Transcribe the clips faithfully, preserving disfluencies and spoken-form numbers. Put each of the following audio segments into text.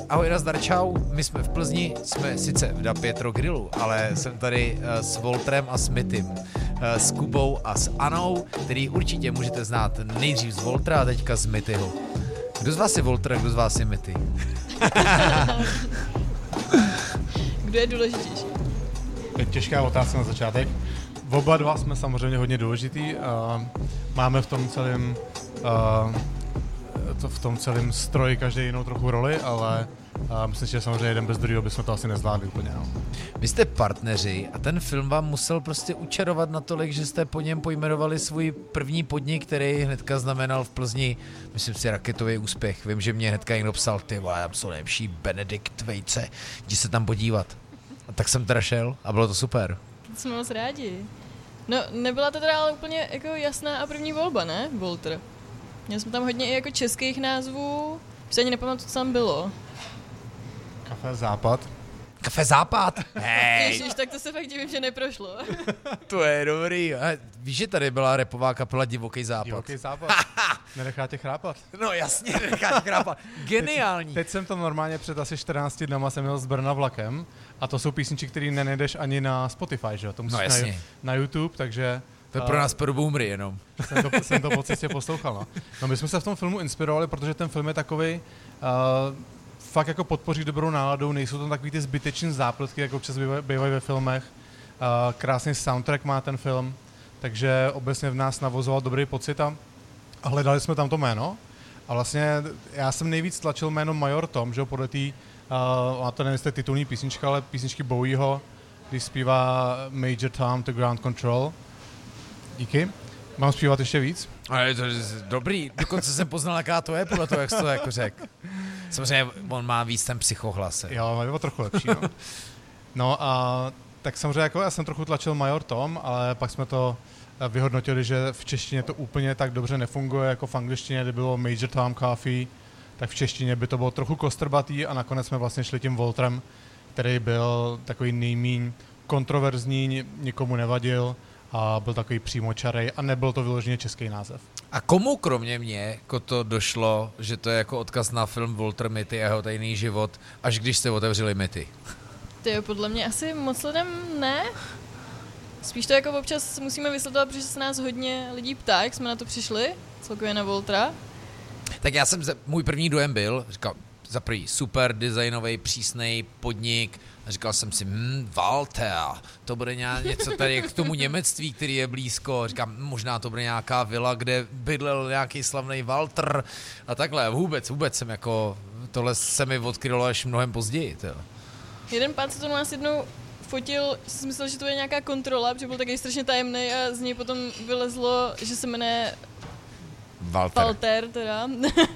Ahoj, nazdar, čau, my jsme v Plzni, jsme sice v Da Pietro Grillu, ale jsem tady uh, s Voltrem a s Mitym, uh, s Kubou a s Anou, který určitě můžete znát nejdřív z Voltra a teďka z Mityho. Kdo z vás je Volter a kdo z vás je Mitty? Kdo je důležitější? Je těžká otázka na začátek. Oba dva jsme samozřejmě hodně důležitý. Uh, máme v tom celém uh, to v tom celém stroji každý jinou trochu roli, ale uh, myslím, že samozřejmě jeden bez druhého bychom to asi nezvládli úplně. No. Vy jste partneři a ten film vám musel prostě učarovat natolik, že jste po něm pojmenovali svůj první podnik, který hnedka znamenal v Plzni, myslím si, raketový úspěch. Vím, že mě hnedka někdo psal, ty vole, tam jsou nejlepší Benedikt Vejce, jdi se tam podívat. A tak jsem teda šel a bylo to super. Jsme moc rádi. No, nebyla to teda ale úplně jako jasná a první volba, ne, Volter? Měli jsme tam hodně i jako českých názvů, už se ani nepamatuju, co tam bylo. Kafe Západ. Kafe Západ? Hej! Ježiš, tak to se fakt divím, že neprošlo. To je dobrý. A víš, že tady byla rapová kapela Divoký Západ? Divoký Západ. Nenechá tě chrápat. No jasně, nenechá tě chrápat. Geniální. Teď, teď jsem to normálně před asi čtrnácti dnama jsem jel z Brna vlakem a to jsou písničky, které nenajdeš ani na Spotify, že jo? To musíš no, na, na YouTube, takže... To je pro nás pro boomery jenom. Jsem to, jsem to po cestě poslouchal. No. no my jsme se v tom filmu inspirovali, protože ten film je takovej, uh, fakt jako podpoří dobrou náladou, nejsou tam takový ty zbytečné zápletky, jako občas bývají ve filmech. Uh, krásný soundtrack má ten film, takže obecně v nás navozoval dobrý pocit a, a hledali jsme tam to jméno. A vlastně já jsem nejvíc tlačil jméno Major Tom, že jo, podle té, uh, a to nevím, jestli titulní písnička, ale písničky Bowieho, když zpívá Major Tom to Ground Control. Díky. Mám zpívat ještě víc? Ale to je dobrý, dokonce jsem poznal, jaká to je, podle toho, jak jsi to jako řekl. Samozřejmě on má víc ten psychohlas. Jo, je to trochu lepší, no. No a tak samozřejmě jako já jsem trochu tlačil Major Tom, ale pak jsme to vyhodnotili, že v češtině to úplně tak dobře nefunguje, jako v angličtině, kdy bylo Major Tom Coffee, tak v češtině by to bylo trochu kostrbatý a nakonec jsme vlastně šli tím Voltrem, který byl takový nejmíň kontroverzní, nikomu nevadil, a byl takový přímočarej a nebyl to vyloženě český název. A komu kromě mě jako to došlo, že to je jako odkaz na film Walter Mitty a jeho tajný život, až když jste otevřeli Mitty? Tyjo, podle mě asi moc lidem ne. Spíš to jako občas musíme vysvětlovat, protože se nás hodně lidí ptá, jak jsme na to přišli, celkově na Voltra. Tak já jsem, můj první dojem byl, říkal, za prvý super designový, přísnej podnik. A říkal jsem si, hm, Walter, to bude něco tady k tomu němectví, který je blízko. Říkám, možná to bude nějaká vila, kde bydlel nějaký slavný Walter a takhle. Vůbec, vůbec jsem jako, tohle se mi odkrylo až mnohem později. Tyjo. Jeden pán se to nás jednou fotil, jsem myslel, že to je nějaká kontrola, protože byl taky strašně tajemný a z něj potom vylezlo, že se jmenuje Walter. Walter teda.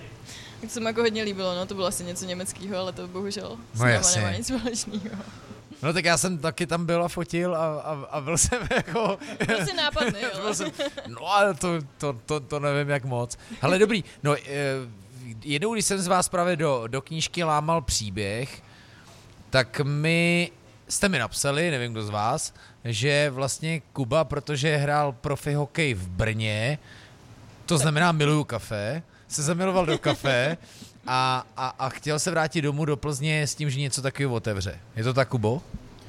Tak to se mi jako hodně líbilo, no, to bylo asi něco německého, ale to bohužel s no náma nemá nic společného. No tak já jsem taky tam byl a fotil a, a, a byl jsem jako... Byl jsi nápadný, jo. jsem, no ale to, to, to, to nevím jak moc. Ale dobrý, no jednou, když jsem z vás právě do, do knížky lámal příběh, tak mi, jste mi napsali, nevím kdo z vás, že vlastně Kuba, protože hrál profi hokej v Brně, to znamená miluju kafe, se zamiloval do kafe a, a, a chtěl se vrátit domů do Plzně s tím, že něco takového otevře. Je to tak, Kubo?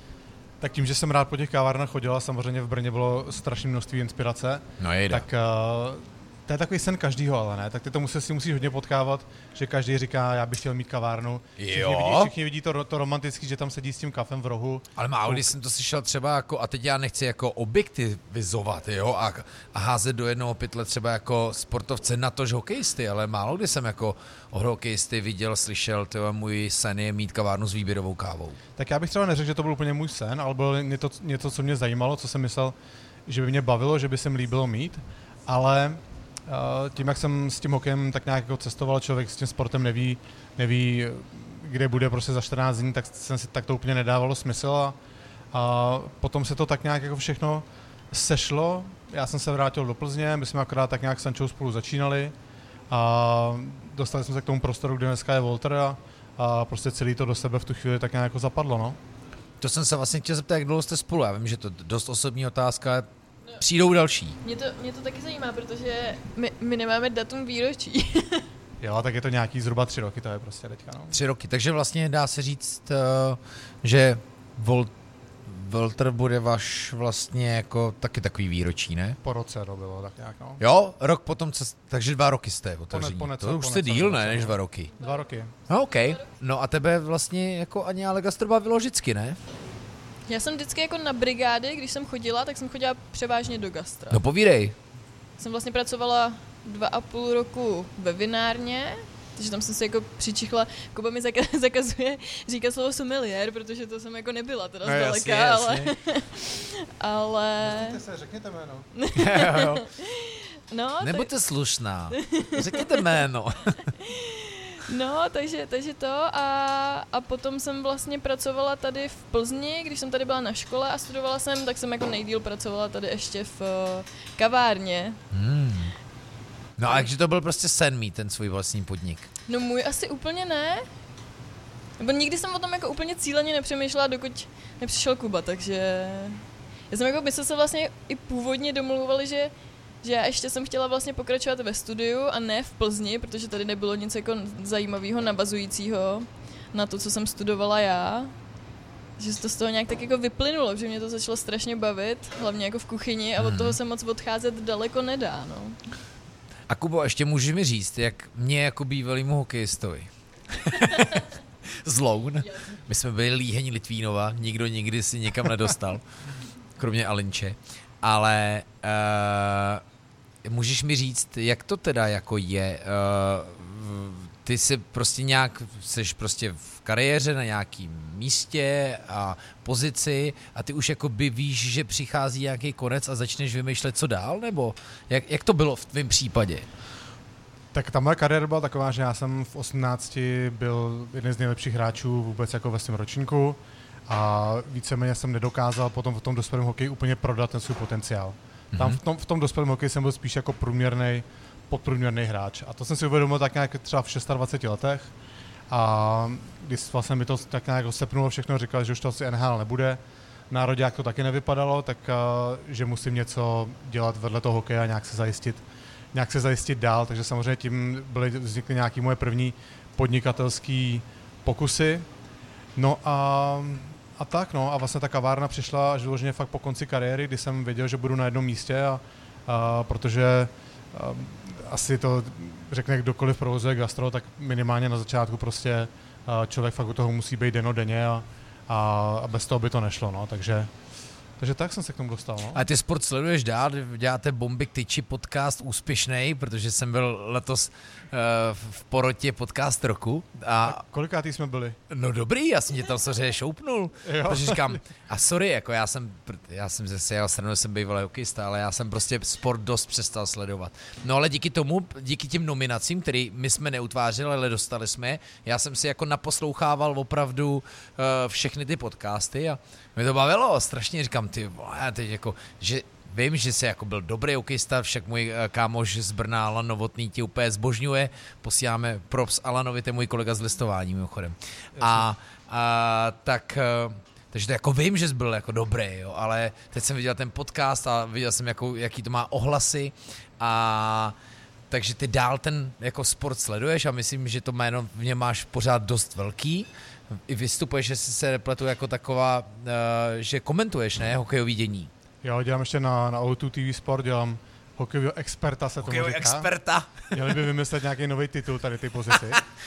Tak tím, že jsem rád po těch kavárnách chodil a samozřejmě v Brně bylo strašné množství inspirace, no jejda. Tak uh, to je takový sen každýho, ale ne? Tak ty to musí, si musíš hodně potkávat, že každý říká, já bych chtěl mít kavárnu. Všichni vidí, všichni vidí to, to romantický, že tam sedí s tím kafem v rohu. Ale málo, když jsem to slyšel třeba jako, a teď já nechci jako objektivizovat, jo, a, a házet do jednoho pytle třeba jako sportovce, natož hokejisty, ale málo kdy jsem jako hokejisty viděl, slyšel, tyjo, můj sen je mít kavárnu s výběrovou kávou. Tak já bych třeba neřekl, že to byl úplně můj sen, ale bylo něco, něco, co mě zajímalo, co jsem myslel, že by mě bavilo, že by se mi líbilo mít, ale tím, jak jsem s tím hokejem tak nějak jako cestoval, člověk s tím sportem neví, neví, kde bude prostě za čtrnáct dní, tak, jsem si, tak to úplně nedávalo smysl a, a potom se to tak nějak jako všechno sešlo. Já jsem se vrátil do Plzně, my jsme akorát tak nějak s Sančou spolu začínali a dostali jsme se k tomu prostoru, kde dneska je Volter a, a prostě celý to do sebe v tu chvíli tak nějak jako zapadlo, no. To jsem se vlastně chtěl zeptat, jak dlouho jste spolu, já vím, že to je dost osobní otázka, přijdou další. Mě to, mě to taky zajímá, protože my, my nemáme datum výročí. Jo, tak je to nějaký zhruba tři roky, to je prostě teďka, no. Tři roky, takže vlastně dá se říct, uh, že Vol- Walter bude váš vlastně jako taky takový výročí, ne? Po roce to bylo tak nějak, no. Jo, rok potom, co, takže dva roky jste otevření. Po ne- po to neco- už po jste necelém díl, roce, ne, než no. dva roky. Dva roky. No, OK. No a tebe vlastně jako ani ale gastro bavilo vždycky, ne? Já jsem vždycky jako na brigády, když jsem chodila, tak jsem chodila převážně do gastra. No povídej. Jsem vlastně pracovala dva a půl roku ve vinárně, takže tam jsem si jako přičichla, Kuba mi zaka- zakazuje říkat slovo sommelier, protože to jsem jako nebyla teda No, zdaleka, jasně, ale... jasně. ale... se, řekněte jméno. jo, jo. No, Nebuďte slušná. Řekněte jméno. No, takže, takže to a, a potom jsem vlastně pracovala tady v Plzni, když jsem tady byla na škole a studovala jsem, tak jsem jako nejdýl pracovala tady ještě v uh, kavárně. Hmm. No a takže to byl prostě sen mít ten svůj vlastní podnik. No můj asi úplně ne. Nebo nikdy jsem o tom jako úplně cíleně nepřemýšlela, dokud nepřišel Kuba, takže... Já jsem jako, my jsme se vlastně i původně domluvali, že že já ještě jsem chtěla vlastně pokračovat ve studiu a ne v Plzni, protože tady nebylo nic jako zajímavého, navazujícího na to, co jsem studovala já. Že to z toho nějak tak jako vyplynulo, že mě to začalo strašně bavit, hlavně jako v kuchyni a od toho se moc odcházet daleko nedá, no. A Kubo, ještě můžeš mi říct, jak mě jako bývalýmu hokejistovi. Z Loun. My jsme byli líhení Litvínova, nikdo nikdy si někam nedostal, kromě Alinče. Ale uh, můžeš mi říct, jak to teda jako je? Uh, ty jsi prostě nějak, jsi prostě v kariéře na nějakém místě a pozici a ty už jako by víš, že přichází nějaký konec a začneš vymýšlet, co dál? Nebo jak, jak to bylo v tvém případě? Tak ta moje kariéra byla taková, že já jsem v osmnácti byl jeden z nejlepších hráčů vůbec jako ve svém ročníku a víceméně jsem nedokázal potom v tom dospělém hokeji úplně prodat ten svůj potenciál. Mm-hmm. Tam v tom, v tom dospělém hokeji jsem byl spíš jako průměrný, podprůměrný hráč. A to jsem si uvědomil tak nějak třeba v dvaceti šesti letech. A když vlastně mi to tak nějak sepnulo všechno, říkal, že už to asi N H L nebude, nároďák to taky nevypadalo, tak že musím něco dělat vedle toho hokeje a nějak se zajistit, nějak se zajistit dál. Takže samozřejmě tím byly, vznikly nějaké moje první podnikatelské pokusy. No a, a tak, no. A vlastně ta kavárna přišla až vyloženě fakt po konci kariéry, kdy jsem věděl, že budu na jednom místě, a, a protože a, asi to řekne kdokoliv provozuje gastro, tak minimálně na začátku prostě a, člověk fakt u toho musí být dennodenně a, a, a bez toho by to nešlo, no. Takže Takže tak jsem se k tomu dostal. No. A ty sport sleduješ dál, děláte Bomby k tyči podcast úspěšnej, protože jsem byl letos uh, v porotě podcast roku. A, a kolikátý jsme byli? No dobrý, já jsem tě tam samozřejmě šoupnul. Jo. Takže říkám, a sorry, jako já jsem, já jsem zase, já jsem, jsem bývalý hokejista, ale já jsem prostě sport dost přestal sledovat. No ale díky tomu, díky těm nominacím, který my jsme neutvářeli, ale dostali jsme, já jsem si jako naposlouchával opravdu uh, všechny ty podcasty a mě to bavilo, strašně říkám, ty vole, teď jako, že vím, že jsi jako byl dobrý hokejista, však můj kámoš z Brna, Alan Novotný, tě úplně zbožňuje, posíláme props Alanovi, to je můj kolega z listování mimochodem. A, a tak, takže to jako vím, že jsi byl jako dobrý, jo, ale teď jsem viděl ten podcast a viděl jsem, jako, jaký to má ohlasy a takže ty dál ten jako sport sleduješ a myslím, že to jméno v něm máš pořád dost velký. I vystupuješ, že si se nepletu jako taková, uh, že komentuješ, ne, hokejový dění. Jo, dělám ještě na, na O dva T V Sport, dělám hokejového experta, se tomu říká. Hokejový experta. Měli by vymyslet nějaký nový titul tady ty pozici.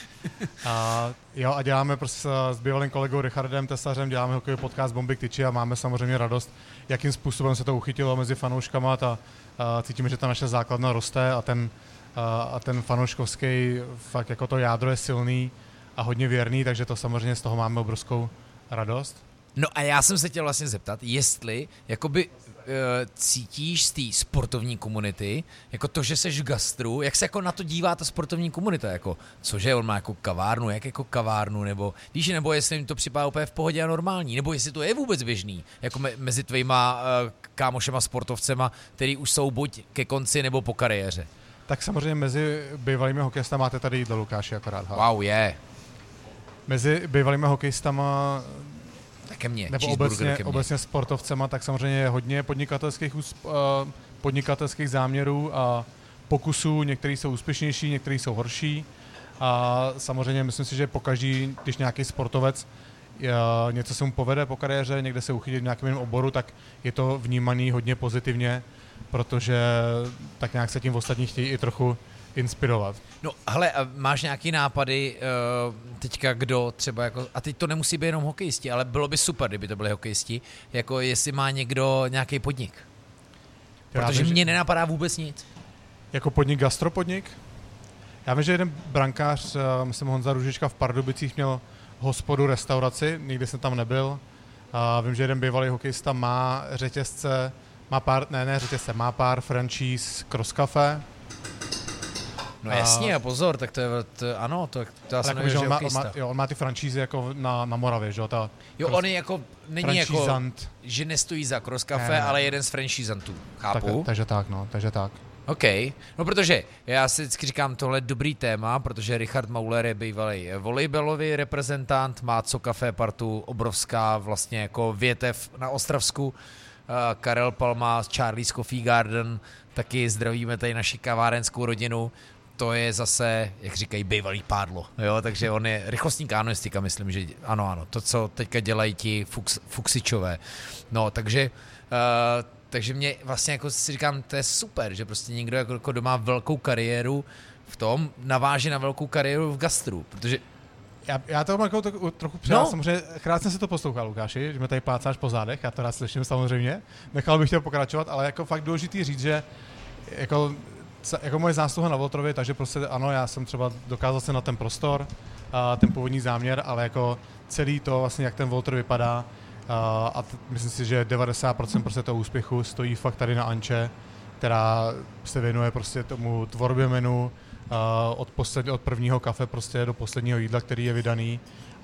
A, jo, a děláme prostě s bývalým kolegou Richardem Tesařem, děláme hokejový podcast Bomby k tyči a máme samozřejmě radost, jakým způsobem se to uchytilo mezi fanouškama. Ta, a cítíme, že ta naše základna roste a ten, a, a ten fanouškovský fakt jako to jádro je silný a hodně věrný, takže to samozřejmě z toho máme obrovskou radost. No a já jsem se chtěl vlastně zeptat, jestli jakoby uh, cítíš z té sportovní komunity, jako to, že seš v gastru, jak se jako na to dívá ta sportovní komunita, jako cože on má jako kavárnu, jak jako kavárnu, nebo víš, nebo jestli jim to připadá úplně v pohodě a normální, nebo jestli to je vůbec běžný, jako me- mezi tvýma uh, kámošema sportovcema, který už jsou buď ke konci, nebo po kariéře. Tak samozřejmě mezi bývalými hokejistami máte tady jídlo, Lukáši, akorát. Ha. Wow, je. Yeah. Mezi bývalými hokejistama Také mě, nebo obecně, obecně sportovcema, tak samozřejmě je hodně podnikatelských, uh, podnikatelských záměrů a pokusů, některý jsou úspěšnější, některý jsou horší A samozřejmě myslím si, že pokaždý, když nějaký sportovec něco se mu povede po kariéře, někde se uchytit v nějakém jiném oboru, tak je to vnímaný hodně pozitivně, protože tak nějak se tím ostatní chtějí i trochu inspirovat. No, hele, máš nějaký nápady teďka, kdo třeba jako, a teď to nemusí být jenom hokejisti, ale bylo by super, kdyby to byli hokejisti, jako jestli má někdo nějaký podnik. Protože vím, mě že... nenapadá vůbec nic. Jako podnik, gastropodnik? Já vím, že jeden brankář, myslím Honza Růžička v Pardubicích měl hospodu, restauraci, nikdy jsem tam nebyl. A vím, že jeden bývalý hokejista má řetězce, má pár, ne, ne řetězce, má pár franchise Cross Cafe. No jasně, a pozor, tak to je, to, ano, to, to já jsem nevěděl, že on má, hokejista. on má, jo, on má ty franšízy jako na, na Moravě, že jo, ta... Jo, on je jako, není jako, franchisant. že nestojí za Cross Cafe, Ne, ne. ale jeden z franchisantů, chápu? Tak, takže tak, no, takže tak. OK, no protože já si vždycky říkám, tohle je dobrý téma, protože Richard Mauler je bývalý volejbalový reprezentant, má Co Café partu, obrovská vlastně jako větev na Ostravsku, uh, Karel Palma z Charlie's Coffee Garden, taky zdravíme tady naši kavárenskou rodinu, to je zase, jak říkají, bývalý pádlo, jo, takže on je rychlostní kanoistika, myslím, že ano, ano, to, co teďka dělají ti Fuchs, Fuchsičové, no, takže... Uh, Takže mě vlastně jako si říkám, to je super, že prostě někdo jako, jako doma velkou kariéru v tom, naváže na velkou kariéru v gastru, protože... Já, já to mám jako to, trochu přijal, No. samozřejmě krásně se to poslouchal, Lukáši, že mě tady plácáš po zádech, já to rád slyším samozřejmě, nechal bych chtěl pokračovat, ale jako fakt důležitý říct, že jako, jako moje zásluha na Wolterovi, takže prostě ano, já jsem třeba dokázal se na ten prostor, a ten původní záměr, ale jako celý to vlastně, jak ten Wolter vypadá, Uh, a t- myslím si, že devadesát procent prostě toho úspěchu stojí fakt tady na Anče, která se věnuje prostě tomu tvorbě menu uh, od, posled, od prvního kafe prostě do posledního jídla, který je vydaný.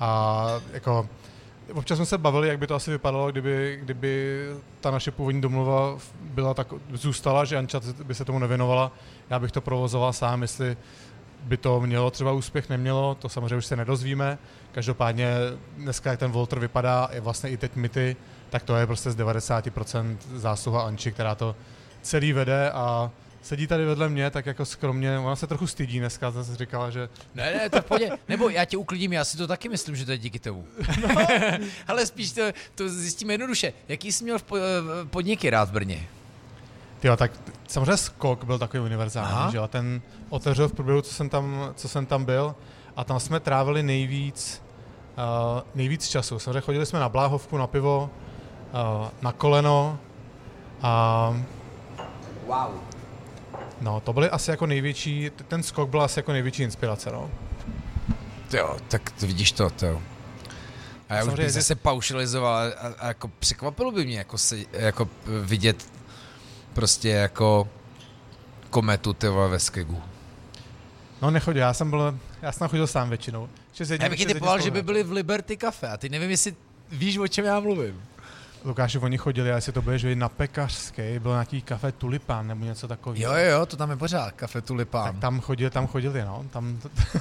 A jako občas jsme se bavili, jak by to asi vypadalo, kdyby, kdyby ta naše původní domluva byla tak, zůstala, že Anča by se tomu nevěnovala. Já bych to provozoval sám, jestli by to mělo třeba úspěch, nemělo, to samozřejmě už se nedozvíme. Každopádně dneska, jak ten Wolter vypadá, je vlastně i teď Myty, tak to je prostě z devadesát procent zásluha Anči, která to celý vede a sedí tady vedle mě, tak jako skromně, ona se trochu stydí dneska, zase říkala, že... Ne, ne, to v pohodě. Nebo já tě uklidím, já si to taky myslím, že to je díky tomu. No. Ale spíš to, to zjistíme jednoduše. Jaký jsi měl v po, podniky rád v Brně? Tyjo, tak samozřejmě Skok byl takový univerzální, že jo, ten otevřel v průběhu, co jsem tam, co jsem tam byl a tam jsme trávili nejvíc, uh, nejvíc času. Samozřejmě chodili jsme na Bláhovku, na pivo, uh, na koleno a... Wow. No, to byly asi jako největší, ten Skok byl asi jako největší inspirace, no. Jo, tak to vidíš to, to. A já už bych zase paušalizoval a, a jako překvapilo by mě jako, se, jako vidět prostě jako kometu ty vole ve Skegu. No nechodil, já jsem byl, já jsem chodil sám většinou. Já bych ti typoval, že by byli v Liberty Cafe a ty nevím, jestli víš, o čem já mluvím. Lukáši, oni chodili, a jestli to budeš vidět na Pekařské, byl nějaký kafe Tulipán nebo něco takového. Jo, jo, to tam je pořád, kafe Tulipán. Tak tam chodili, tam chodili, no. Tam...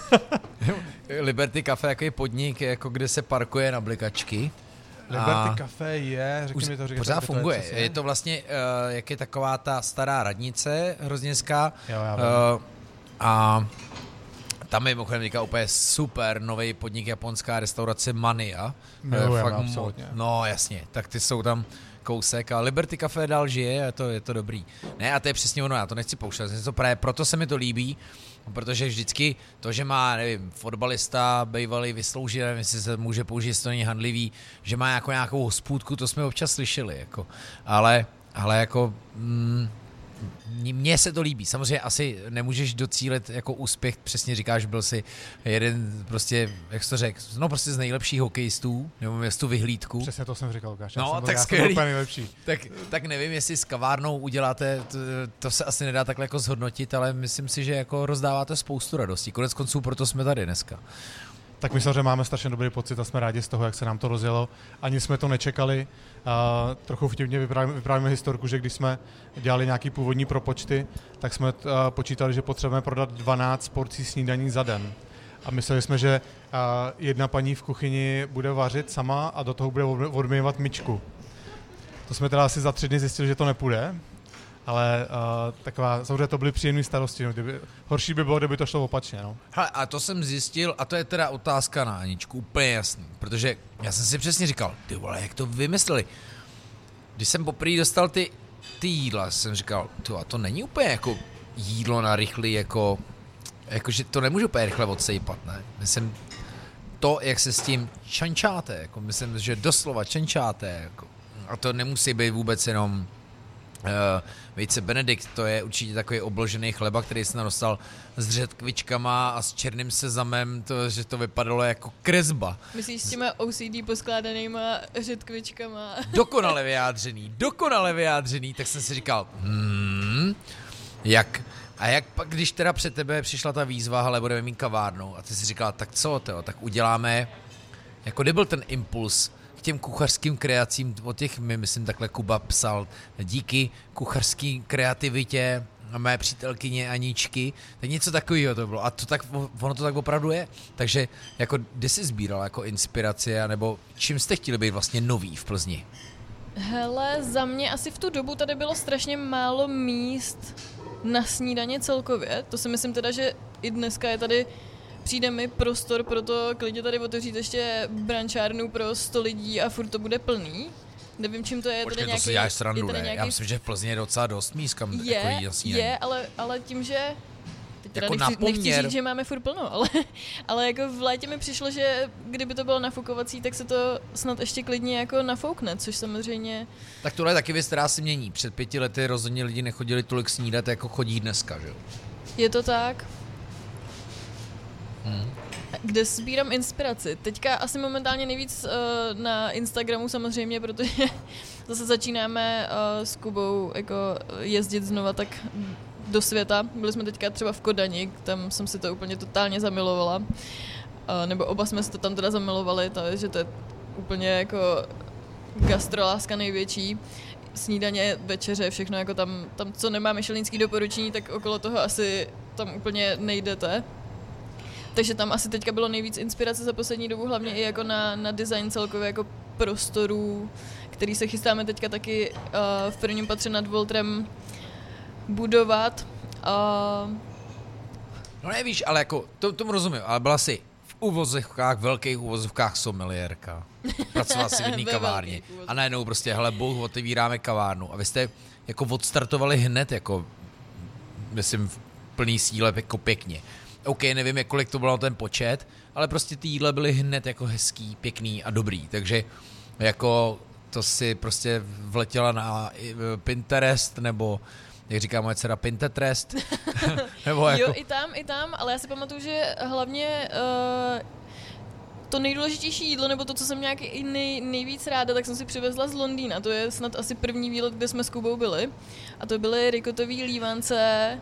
Liberty Cafe, jaký podnik, jako kde se parkuje na blikačky. Liberty Cafe je, řekni mi to, říkaj, pořád funguje. To je, je to vlastně, uh, jak je taková ta stará radnice hrozněská. Jo, já uh, a tam je mimochodem říká úplně super nový podnik, japonská restaurace Mania. Milujeme, fakt absolutně. No jasně, tak ty jsou tam kousek a Liberty Cafe dál žije a je to, je to dobrý. Ne, a to je přesně ono, já to nechci pouštět, to právě proto se mi to líbí, protože vždycky to, že má, nevím, fotbalista, bývalý vysloužil, nevím, jestli se může použít, jestli to není handlivý, že má jako nějakou hospůdku, to jsme občas slyšeli, jako. Ale, ale jako... Mm, mně se to líbí. Samozřejmě asi nemůžeš docílit jako úspěch, přesně říkáš, byl si jeden prostě, jak jsi to řekl, no prostě z nejlepších hokejistů, nebo měl tu vyhlídku. Přesně to jsem říkal, Lukáš. No, jsem byl, tak já skvělý. jsem nejlepší. Tak, tak nevím, jestli s kavárnou uděláte, to, to se asi nedá takhle jako zhodnotit, ale myslím si, že jako rozdáváte spoustu radostí. Konec konců, proto jsme tady dneska. Tak my samozřejmě máme strašně dobrý pocit a jsme rádi z toho, jak se nám to rozjelo. Ani jsme to nečekali. Uh, trochu vtipně vyprávíme, vyprávíme historku, že když jsme dělali nějaký původní propočty, tak jsme uh, počítali, že potřebujeme prodat dvanáct porcí snídaní za den. A mysleli jsme, že uh, jedna paní v kuchyni bude vařit sama a do toho bude odmývat myčku. To jsme teda asi za tři dny zjistili, že to nepůjde. ale uh, taková, samozřejmě to byly příjemné starosti, no, kdyby, horší by bylo, kdyby to šlo opačně, no. Hele, a to jsem zjistil, a to je teda otázka na Aničku, úplně jasný, protože já jsem si přesně říkal, ty vole, jak to vymysleli. Když jsem poprvé dostal ty, ty jídla, jsem říkal, ty, a to není úplně jako jídlo na rychlý, jako, jakože to nemůžu úplně rychle odsejpat, ne? Myslím, to, jak se s tím čančáte, jako myslím, že doslova čančáte, jako, a to nemusí být vůbec jenom uh, vejce Benedikt, to je určitě takový obložený chleba, který jsem dostal s řetkvičkama a s černým sezamem, to, že to vypadalo jako kresba. Myslíš s těma O C D poskládanýma řetkvičkama? Dokonale vyjádřený, dokonale vyjádřený, tak jsem si říkal, hmm, jak... A jak pak, když teda před tebe přišla ta výzva, ale budeme mít kavárnu, a ty si říkala, tak co, tyjo, tak uděláme, jako kde byl ten impuls k těm kuchařským kreacím, o těch mi, myslím, takhle Kuba psal, díky kuchařské kreativitě mé přítelkyně Aničky, tak něco takového to bylo. A to tak, ono to tak opravdu je. Takže jako, kde jsi sbíral jako inspiraci, nebo čím jste chtěli být vlastně nový v Plzni? Hele, za mě asi v tu dobu tady bylo strašně málo míst na snídaně celkově. To si myslím teda, že i dneska je tady, přijde mi prostor pro to klidně tady otevřít ještě brančárnu pro sto lidí a furt to bude plný. Nevím, čím to je. Počkej, tady to si děláš srandu, ne? Nějaký... Já myslím, že v Plzni je docela dost míst, kam je, jako jít na snídaní. Je, ale, ale tím, že teď teda jako nechci, poměr... nechci říct, že máme furt plno, ale, ale jako v létě mi přišlo, že kdyby to bylo nafukovací, tak se to snad ještě klidně jako nafoukne, což samozřejmě... Tak tohle je taky věc, která se mění. Před pěti lety rozhodně lidi nechodili tolik snídat, jako chodí dneska, že jo? Je to tak. Hmm. Kde sbírám inspiraci? Teďka asi momentálně nejvíc uh, na Instagramu samozřejmě, protože zase začínáme uh, s Kubou jako jezdit znova tak do světa. Byli jsme teďka třeba v Kodani, tam jsem si to úplně totálně zamilovala. Uh, nebo oba jsme si to tam teda zamilovali, to, že to je úplně jako gastroláska největší. Snídaně, večeře, všechno jako tam, tam co nemá michelinský doporučení, tak okolo toho asi tam úplně nejdete. Takže tam asi teďka bylo nejvíc inspirace za poslední dobu, hlavně i jako na, na design celkově jako prostorů, který se chystáme teďka taky uh, v prvním patře nad Voltrem budovat. Uh... No nevíš, ale jako, to, tomu rozumím, ale byla si v uvozovkách, velkých uvozovkách someliérka. Pracovala si v jedné kavárně. A najednou prostě, hele, bohu, otevíráme kavárnu. A vy jste jako odstartovali hned, jako, myslím, v plný síle, jako pěkně. OK, nevím, jak kolik to bylo ten počet, ale prostě ty jídla byly hned jako hezký, pěkný a dobrý, takže jako to si prostě vletěla na Pinterest, nebo jak říká moje dcera, Pinterest. Nebo jako... Jo, i tam, i tam, ale já si pamatuju, že hlavně uh, to nejdůležitější jídlo, nebo to, co jsem nějak i nej, nejvíc ráda, tak jsem si přivezla z Londýna. To je snad asi první výlet, kde jsme s Kubou byli. A to byly rikotový lívance.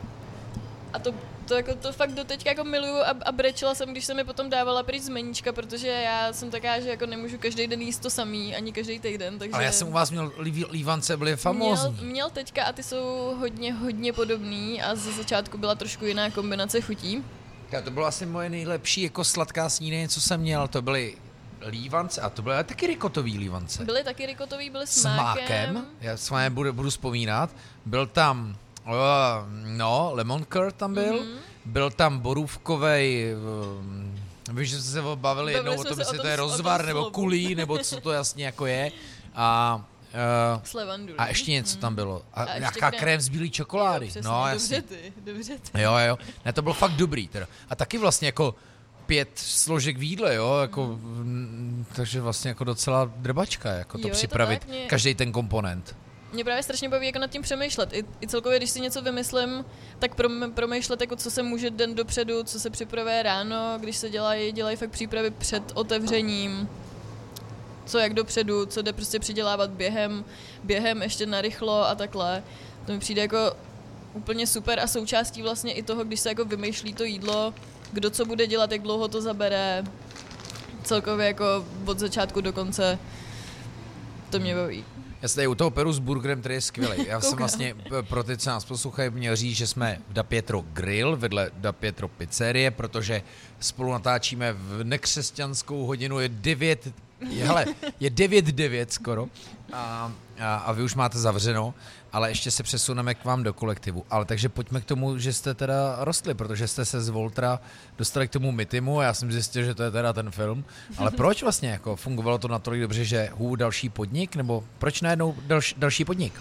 A to, to, jako, to fakt doteďka jako miluju a, a brečela jsem, když jsem mi potom dávala pryč z meníčka, protože já jsem taká, že jako nemůžu každý den jíst to samý, ani každý týden. Takže... Ale já jsem u vás měl lí, lívance, byly famózní. Měl, měl teďka a ty jsou hodně, hodně podobný a ze začátku byla trošku jiná kombinace chutí. To bylo asi moje nejlepší jako sladká snídaně, co jsem měl, to byly lívance a to byly taky rikotový lívance. Byly taky rikotový, byly s mákem. S mákem, já s vámi budu, budu vzpomínat, byl tam... Uh, no, lemon curd tam byl, mm-hmm. Byl tam borůvkovej, uh, víš, že jsme se bavili jednou o tom, jestli to je rozvar, nebo kulí, nebo co to jasně jako je. A, uh, a ještě něco tam bylo. A, a nějaká krém, krém z bílé čokolády. Jo, přesně, no, dobře ty, dobře ty. Jo, jo, ne, to bylo fakt dobrý teda. A taky vlastně jako pět složek v jídle, jo, jako, mm. takže vlastně jako docela drbačka, jako to jo, připravit, to mě... každý ten komponent. Mě právě strašně baví jako nad tím přemýšlet. I, i celkově, když si něco vymyslím, tak promýšlet, jako co se může den dopředu, co se připravuje ráno, když se dělají, dělají fakt přípravy před otevřením, co jak dopředu, co jde prostě přidělávat během, během ještě narychlo a takhle. To mi přijde jako úplně super a součástí vlastně i toho, když se jako vymýšlí to jídlo, kdo co bude dělat, jak dlouho to zabere, celkově jako od začátku do konce, to mě baví. Já jsem tady u toho Peru s burgerem, který je skvělý. Já jsem vlastně pro ty, co nás poslouchají, měl říct, že jsme v Da Pietro Grill, vedle Da Pietro pizzerie, protože spolu natáčíme v nekřesťanskou hodinu, je devět Je, hele, je devět devět skoro a, a, a vy už máte zavřeno, ale ještě se přesuneme k vám do kolektivu. Ale takže pojďme k tomu, že jste teda rostli, protože jste se z Voltra dostali k tomu Mytimu a já jsem zjistil, že to je teda ten film. Ale proč vlastně? Jako, fungovalo to natolik dobře, že hů další podnik? Nebo proč najednou další, další podnik?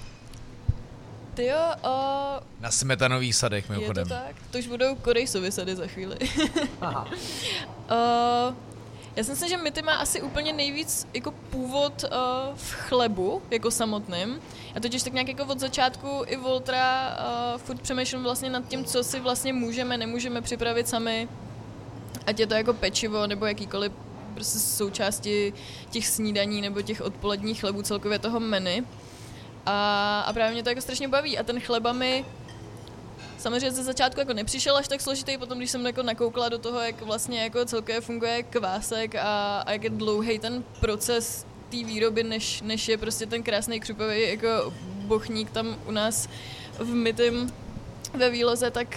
Ty jo, uh, Na smetanových sadech, mimochodem. je to tak? To už budou Korejsovy sady za chvíli. Aha. uh, já si myslím, že Myty má asi úplně nejvíc jako původ uh, v chlebu, jako samotným. Já totiž tak nějak jako od začátku i Voltra uh, furt přemýšlím vlastně nad tím, co si vlastně můžeme, nemůžeme připravit sami. Ať je to jako pečivo, nebo jakýkoliv prostě součásti těch snídaní, nebo těch odpoledních chlebů, celkově toho menu. A, a právě mě to jako strašně baví. A ten chleba mi samozřejmě ze začátku jako nepřišel až tak složitý, potom když jsem jako nakoukla do toho, jak vlastně jako celkově funguje kvásek a, a jak je dlouhý ten proces té výroby, než, než je prostě ten krásný křupový jako bochník tam u nás v Mytym ve Výloze, tak,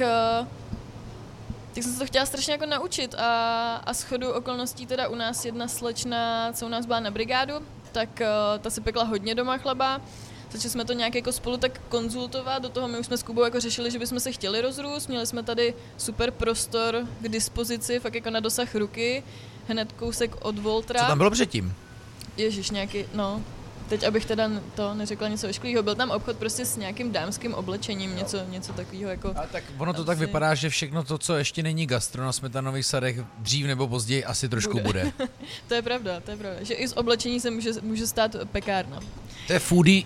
tak jsem se to chtěla strašně jako naučit a, a shodou okolností teda u nás jedna slečna, co u nás byla na brigádu, tak ta si pekla hodně doma chleba. Začali jsme to nějak jako spolu tak konzultovat, do toho my už jsme s Kubou jako řešili, že bychom se chtěli rozrůst, měli jsme tady super prostor k dispozici, fakt jako na dosah ruky, hned kousek od Voltra. Co tam bylo předtím? Ježiš, nějaký, no, teď abych teda to neřekla něco ošklivého, byl tam obchod prostě s nějakým dámským oblečením, něco, něco takového jako... A tak ono to asi... tak vypadá, že všechno to, co ještě není gastro na smetanových sadech, dřív nebo později asi trošku bude. bude. To je pravda, to je pravda, že i z oblečení se může, může stát pekárna. To je foodie,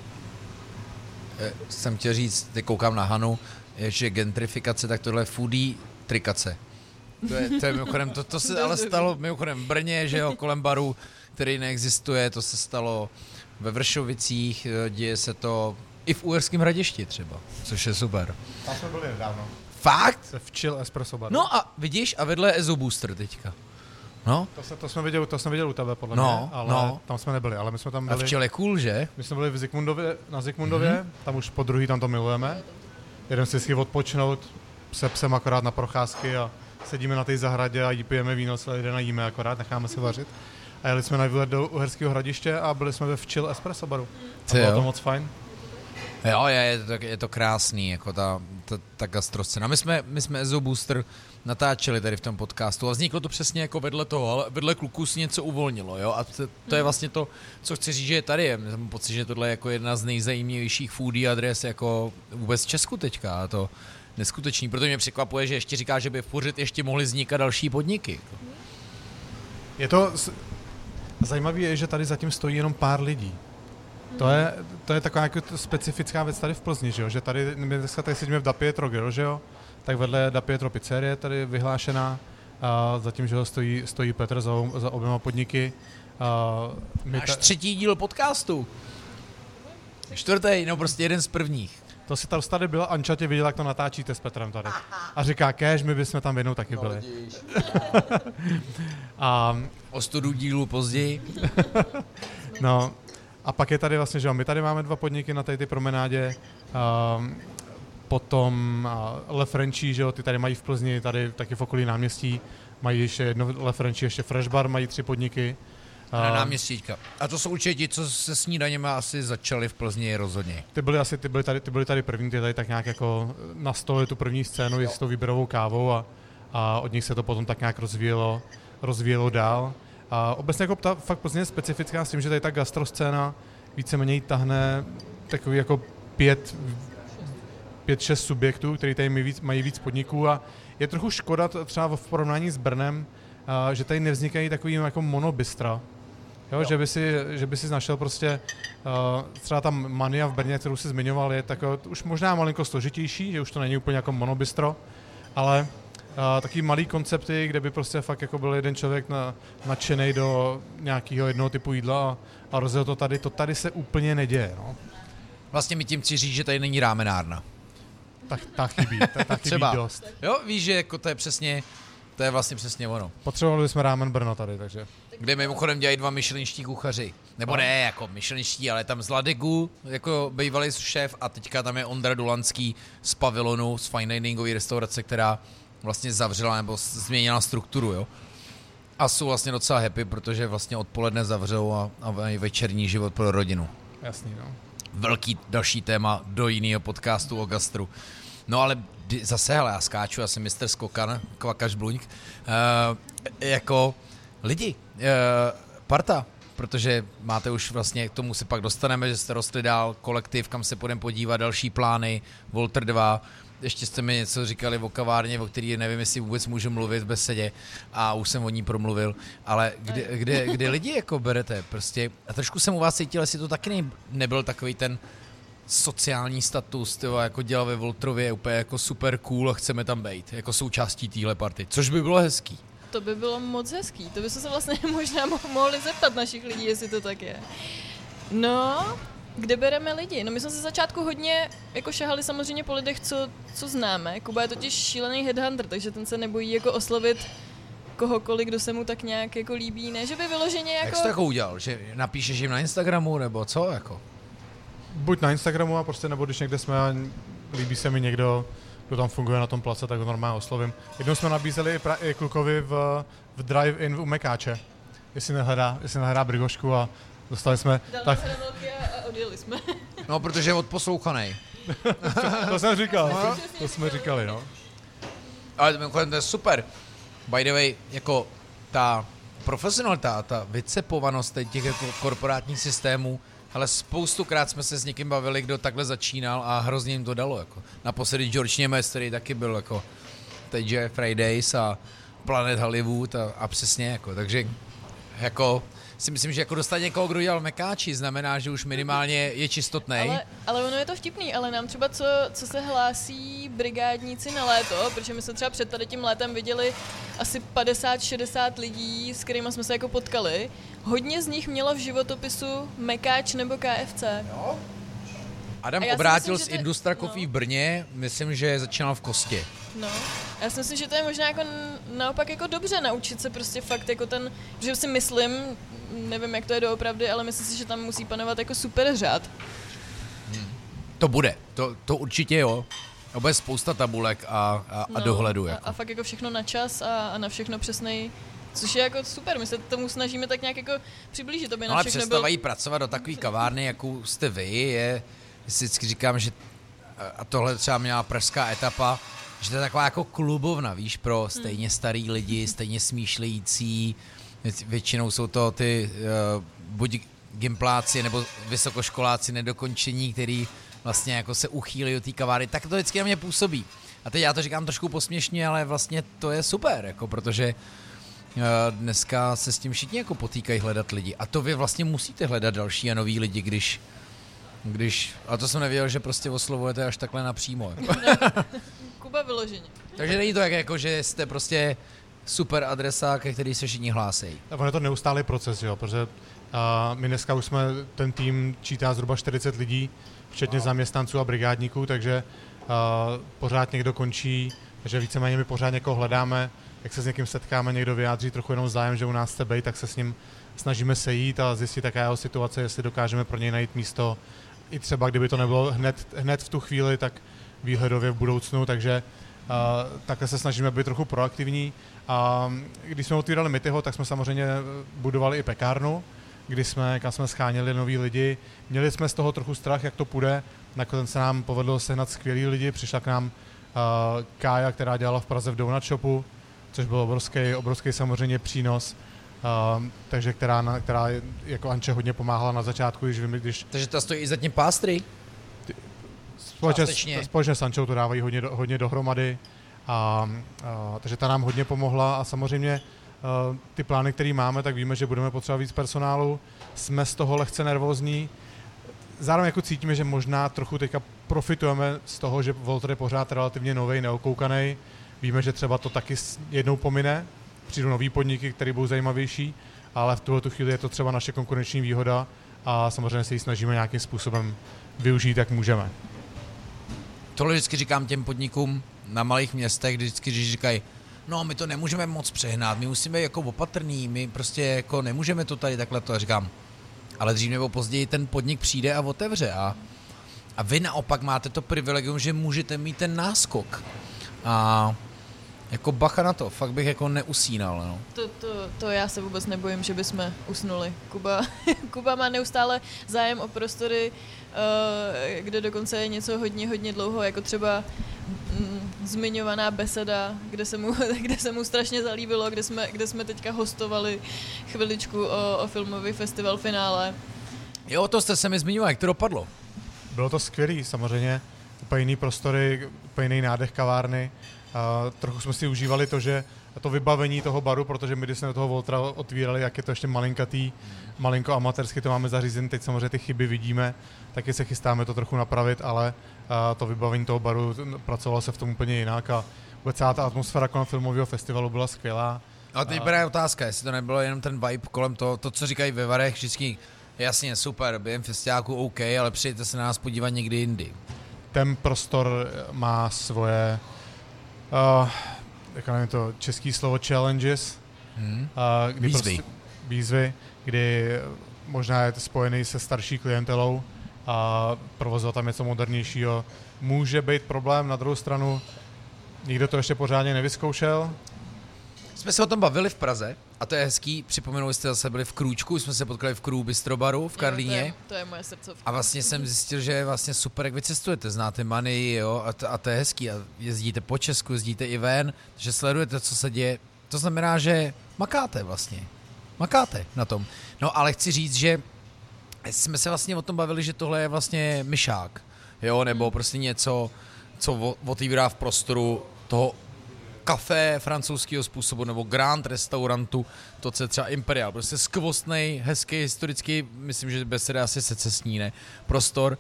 jsem chtěl říct, teď koukám na Hanu, je, že gentrifikace, tak tohle je foodie trikace. To je, to je mimochodem, to, to se ale stalo mimochodem v Brně, že jo, kolem baru, který neexistuje, to se stalo ve Vršovicích, děje se to i v Uherském Hradišti třeba, což je super. Tam jsme byli nedávno. Fakt? Se v Chill Espresso Bar. No a vidíš, a vedle je Ezo Booster teďka. No. To, se, to, jsme viděli, to jsme viděli u tebe, podle no, mě, ale no. tam jsme nebyli, ale my jsme tam byli. A v Chill je cool, že? My jsme byli v Zikmundově, na Zikmundově, mm-hmm. Tam už po druhý tam to milujeme. Jeden si si odpočnout se psem akorát na procházky a sedíme na té zahradě a jí pijeme víno, celý den a jíme akorát, necháme si vařit. A jeli jsme na výlet do Uherského Hradiště a byli jsme ve Chill Espresso Baru. A bylo to moc fajn. Jo, je, je, to, je to krásný, jako ta, ta, ta gastroscéna. My jsme, my jsme Ezo Booster natáčeli tady v tom podcastu a vzniklo to přesně jako vedle toho, ale vedle kluků si něco uvolnilo, jo, a to, to je vlastně to, co chci říct, že je tady. Mám pocit, že tohle je jako jedna z nejzajímavějších foodie adres jako vůbec v Česku teďka a to neskutečný, protože mě překvapuje, že ještě říká, že by pořád ještě mohly vznikat další podniky. Je to, zajímavé je, že tady zatím stojí jenom pár lidí. To je, to je taková jako specifická věc tady v Plzni, že jo? Že tady, my dneska tady sedíme v Da Pietro Grill, že jo? Tak vedle Da Pietro Pizzerie tady vyhlášená, a zatím, že ho stojí, stojí Petr za, za oběma podniky. Náš ta... třetí díl podcastu. Čtvrtý, no prostě jeden z prvních. To si tady, tady byla, Anča tě viděla, jak to natáčíte s Petrem tady. A říká, kéž, my bychom tam jednou taky byli. a... O studu dílu později. No, a pak je tady vlastně, že jo, my tady máme dva podniky na té ty promenádě, um, potom uh, Le Frenchie, že jo, ty tady mají v Plzni, tady taky v okolí náměstí, mají ještě jedno Le Frenchie, ještě Fresh Bar, mají tři podniky. Na náměstíčka. A to jsou určitě ti, co se snídaněma asi začali v Plzni rozhodně. Ty byly asi, ty byly tady, ty byly tady první, ty tady tak nějak jako nastolili tu první scénu s tou výběrovou kávou a, a od nich se to potom tak nějak rozvíjelo, rozvíjelo dál. A obecně jako ta fakt Plzeň je specifická s tím, že tady ta gastroscéna víceméně tahne takový jako pět, pět, šest subjektů, který tady mají víc, mají víc podniků a je trochu škoda třeba v porovnání s Brnem, a, že tady nevznikají takový jako monobystra. Jo, jo. Že by si, že by si našel prostě uh, třeba tam Mania v Brně, kterou si zmiňoval, je tak už možná malinko složitější, že už to není úplně jako monobystro, ale uh, taky malý koncepty, kde by prostě fakt jako byl jeden člověk na, nadšenej do nějakého jednoho typu jídla a, a rozjel to tady, to tady se úplně neděje, no. Vlastně mi tím chci říct, že tady není rámenárna. Tak ta chybí, ta, ta chybí dost. Jo, víš, že jako to je přesně, to je vlastně přesně ono. Potřebovali bychom rámen Brno tady, takže. Kde mimochodem dělají dva michelinští kuchaři. Nebo ne, jako michelinští, ale tam z Ladegu, jako bývalý šéf a teďka tam je Ondra Dulanský z Pavilonu, z fine diningové restaurace, která vlastně zavřela nebo změnila strukturu, jo. A jsou vlastně docela happy, protože vlastně odpoledne zavřou a, a mají večerní život pro rodinu. Jasný, no. Velký další téma do jiného podcastu o gastru. No ale zase, hele, já skáču, já jsem mistr Skokan, Kvakaš Bluňk, uh, jako lidi, uh, parta, protože máte už vlastně, k tomu se pak dostaneme, že jste rostli dál, kolektiv, kam se půjdeme podívat, další plány, Volter dva, ještě jste mi něco říkali o kavárně, o který nevím, jestli vůbec můžu mluvit v besedě a už jsem o ní promluvil, ale kde, kde, kde lidi jako berete prostě, a trošku jsem u vás cítil, jestli to taky ne, nebyl takový ten sociální status, tyvo, jako dělal ve Voltrově, je úplně jako super cool a chceme tam být, jako součástí téhle party, což by bylo hezký. To by bylo moc hezký, to by se vlastně možná mohli zeptat našich lidí, jestli to tak je. No, kde bereme lidi? No my jsme se začátku hodně jako šahali samozřejmě po lidech, co, co známe. Kuba je totiž šílený headhunter, takže ten se nebojí jako oslovit kohokoliv, kdo se mu tak nějak jako líbí. Ne, že by vyloženě jako... Jak jsi to jako udělal? Že napíšeš jim na Instagramu, nebo co? Jako? Buď na Instagramu a prostě, nebo když někde jsme a líbí se mi někdo, kdo tam funguje na tom place, tak ho normálně oslovím. Jednou jsme nabízeli i, pra- i klukovi v, v drive-in u Mekáče, jestli nehledá, jestli nehledá Brigošku a dostali jsme... Dal tak... nás velký a odjeli jsme. No, protože je odposlouchanej. To jsem říkal, no? To jsme říkali, no. Ale to je super. By the way, jako ta profesionalita, ta vycepovanost těch jako korporátních systémů, ale spoustukrát jsme se s někým bavili, kdo takhle začínal a hrozně jim to dalo. Jako. Naposledy George Němec, který taky byl jako teď je Fridays a Planet Hollywood a, a přesně jako, takže jako si myslím, že jako dostat někoho, kdo dělal Mekáči, znamená, že už minimálně je čistotnej. Ale, ale ono je to vtipný, ale nám třeba co, co se hlásí brigádníci na léto, protože my jsme třeba před tady tím létem viděli asi padesát šedesát lidí, s kterými jsme se jako potkali. Hodně z nich mělo v životopisu Mekáč nebo K F C. Jo? Adam obrátil myslím, z Industra Coffee no. v Brně, myslím, že začínal v Kostě. No, já si myslím, že to je možná jako naopak jako dobře naučit se prostě fakt jako ten, že si myslím, nevím, jak to je doopravdy, ale myslím si, že tam musí panovat jako super řád. Hmm. To bude, to, to určitě jo. To bude spousta tabulek a, a, no, a dohledu. Jako. A, a fakt jako všechno na čas a, a na všechno přesnej, což je jako super, my se tomu snažíme tak nějak jako přiblížit, to by no, na ale všechno představají byl... pracovat do takové kavárny, jakou jste vy, je, si vždycky říkám, že a tohle třeba měla pražská etapa, že to je taková jako klubovna, víš, pro stejně starý lidi, stejně smýšlející, většinou jsou to ty uh, buď gimpláci nebo vysokoškoláci nedokončení, který vlastně jako se uchýlí do té kavárny, tak to vždycky na mě působí. A teď já to říkám trošku posměšně, ale vlastně to je super, jako protože uh, dneska se s tím všichni jako potýkají hledat lidi. A to vy vlastně musíte hledat další a nový lidi, když Když, a to jsem nevěděl, že prostě oslovujete až takhle napřímo. Jako. Kuba vyloženě. Takže není to jak, jako, že jste prostě super adresa, ke který se všichni hlásejí. A je to neustálý proces, jo, protože uh, my dneska už jsme, ten tým čítá zhruba čtyřicet lidí, včetně wow. zaměstnanců a brigádníků, takže uh, pořád někdo končí, takže víceméně my pořád někoho hledáme, jak se s někým setkáme, někdo vyjádří trochu jenom zájem, že u nás chce být, tak se s ním snažíme sejít a zjistit, jaká jeho situace, jestli dokážeme pro něj najít místo. I třeba, kdyby to nebylo hned, hned v tu chvíli, tak výhledově v budoucnu, takže uh, takhle se snažíme být trochu proaktivní. A uh, když jsme otvírali Mityho, tak jsme samozřejmě budovali i pekárnu, kdy jsme, kam jsme scháněli noví lidi. Měli jsme z toho trochu strach, jak to půjde. Nakonec se nám povedlo sehnat skvělý lidi. Přišla k nám uh, Kája, která dělala v Praze v Donut Shopu, což byl obrovský, obrovský samozřejmě přínos. Uh, takže která, která jako Anče hodně pomáhala na začátku, když, když... Takže ta stojí i za tím pástry? Společně, společně s Ančou to dávají hodně, hodně dohromady, a, a, takže ta nám hodně pomohla a samozřejmě a, ty plány, které máme, tak víme, že budeme potřebovat víc personálu, jsme z toho lehce nervózní, zároveň jako cítíme, že možná trochu teďka profitujeme z toho, že Volter je pořád relativně novej, neokoukanej, víme, že třeba to taky jednou pomine, přijdou nový podniky, které budou zajímavější, ale v tuhle chvíli je to třeba naše konkurenční výhoda a samozřejmě se ji snažíme nějakým způsobem využít, jak můžeme. Tohle vždycky říkám těm podnikům na malých městech, vždycky když říkají, no my to nemůžeme moc přehnat, my musíme být jako opatrný, my prostě jako nemůžeme to tady takhle to. A říkám, ale dřív nebo později ten podnik přijde a otevře a, a vy naopak máte to privilegium, že můžete mít ten náskok. A Jako bacha na to, fakt bych jako neusínal, no. To, to, to já se vůbec nebojím, že bychom usnuli. Kuba, Kuba má neustále zájem o prostory, uh, kde dokonce je něco hodně, hodně dlouho, jako třeba mm, zmiňovaná beseda, kde se mu, kde se mu strašně zalíbilo, kde jsme, kde jsme teďka hostovali chviličku o, o filmový festival finále. Jo, to jste se mi zmiňoval, jak to dopadlo? Bylo to skvělý, samozřejmě. Úplně jiný prostory, úplně jiný nádech kavárny. Uh, trochu jsme si užívali to, že to vybavení toho baru, protože my, když jsme do toho Voltra otvírali, jak je to ještě malinkatý, malinko amatérsky to máme zařízené, teď samozřejmě ty chyby vidíme, taky se chystáme to trochu napravit, ale uh, to vybavení toho baru, pracovalo se v tom úplně jinak a vůbec celá ta atmosféra kolem filmového festivalu byla skvělá. A teď bude otázka, jestli to nebylo jenom ten vibe kolem toho, to, co říkají ve varech, vždycky, jasně, super, během festiáku OK, ale přijďte se na nás podívat někdy jindy. Ten prostor má svoje, uh, jak nevím to, český slovo challenges, Hmm. uh, kdy Výzvy. Prostě, výzvy, kdy možná je to spojený se starší klientelou a provozovat tam něco modernějšího. Může být problém, na druhou stranu nikdo to ještě pořádně nevyzkoušel. Jsme se o tom bavili v Praze a to je hezký, připomenuli jste zase byli v Krůčku, jsme se potkali v Krů Bistrobaru v Karlíně. Jo, to, je, to je moje srdcovka. A vlastně jsem zjistil, že je vlastně super, jak vy cestujete, znáte Manii, jo, a to, a to je hezký. A jezdíte po Česku, jezdíte i ven, že sledujete, co se děje. To znamená, že makáte vlastně. Makáte na tom. No ale chci říct, že jsme se vlastně o tom bavili, že tohle je vlastně myšák, jo, nebo prostě něco, co otevírá v prostoru toho kafé francouzského způsobu, nebo Grand restaurantu, to, co je třeba Imperial. Prostě skvostnej, hezký, historický, myslím, že beseda asi secesní, ne? Prostor.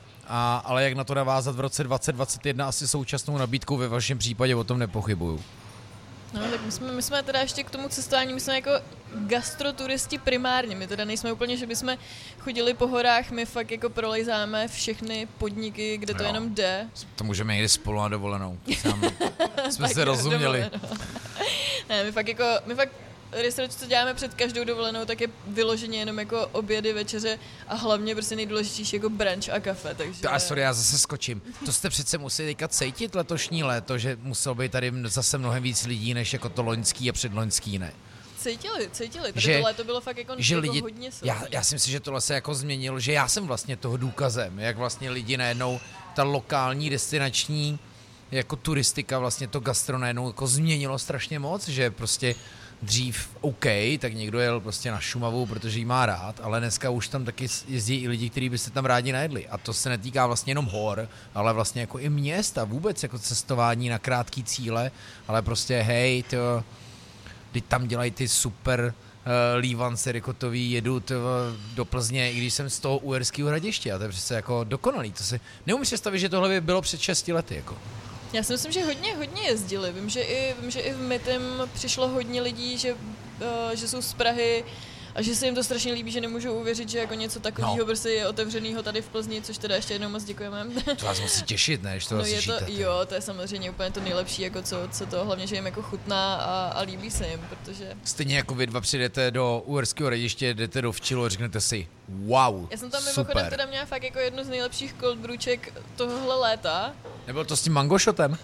A, ale jak na to navázat v roce dvacet dvacet jedna asi současnou nabídkou, ve vašem případě o tom nepochybuju. No, tak my jsme, my jsme teda ještě k tomu cestování, my jsme jako gastroturisti primárně, my teda nejsme úplně, že bychom chodili po horách, my fakt jako prolejzáme všechny podniky, kde to Jo. jenom jde. To můžeme jít spolu na dovolenou. Sám, jsme Tak se rozuměli. Ne, my fakt jako, my fakt research, co děláme před každou dovolenou, tak je vyloženě jenom jako obědy, večeře a hlavně prostě nejdůležitější jako brunch a kafe, takže... To, a sorry, já zase skočím. To jste přece museli teďka cítit letošní léto, že muselo být tady zase mnohem víc lidí, než jako to loňský a předloňský, ne? Cítili, cítili, tady Že- to léto bylo fakt jako, že jako lidi, hodně silný. já, já si myslím, že tohle se jako změnilo, že já jsem vlastně toho důkazem, jak vlastně lidi najednou, ta lokální destinační jako turistika, vlastně to gastro najednou jako změnilo strašně moc, že prostě dřív OK, tak někdo jel prostě na Šumavu, protože jí má rád, ale dneska už tam taky jezdí i lidi, kteří by se tam rádi najedli. A to se netýká vlastně jenom hor, ale vlastně jako i měst a vůbec jako cestování na krátký cíle, ale prostě hej, to, teď tam dělají ty super uh, lívance rikotový, jedu to, do Plzně, i když jsem z toho Uherského Hradiště a to je přece jako dokonalý. To si neumím představit, že tohle by bylo před šesti lety. Jako. Já si myslím, že hodně, hodně jezdili. Vím, že i, vím, že i v Mytym přišlo hodně lidí, že, uh, že jsou z Prahy a že se jim to strašně líbí, že nemůžou uvěřit, že jako něco takového No. prostě je otevřenýho tady v Plzni, což teda ještě jednou moc děkujeme. To vás musí těšit, ne, že to No asi je to, žijete. jo, to je samozřejmě úplně to nejlepší, jako co, co to, hlavně, že jim jako chutná a, a líbí se jim, protože... Stejně jako vy dva přijdete do Uherského Hradiště, jdete do Včilu a řeknete si wow, Já jsem tam mimochodem super. teda měla fakt jako jednu z nejlepších cold brewček tohohle léta. Nebyl to s tím mangošotem?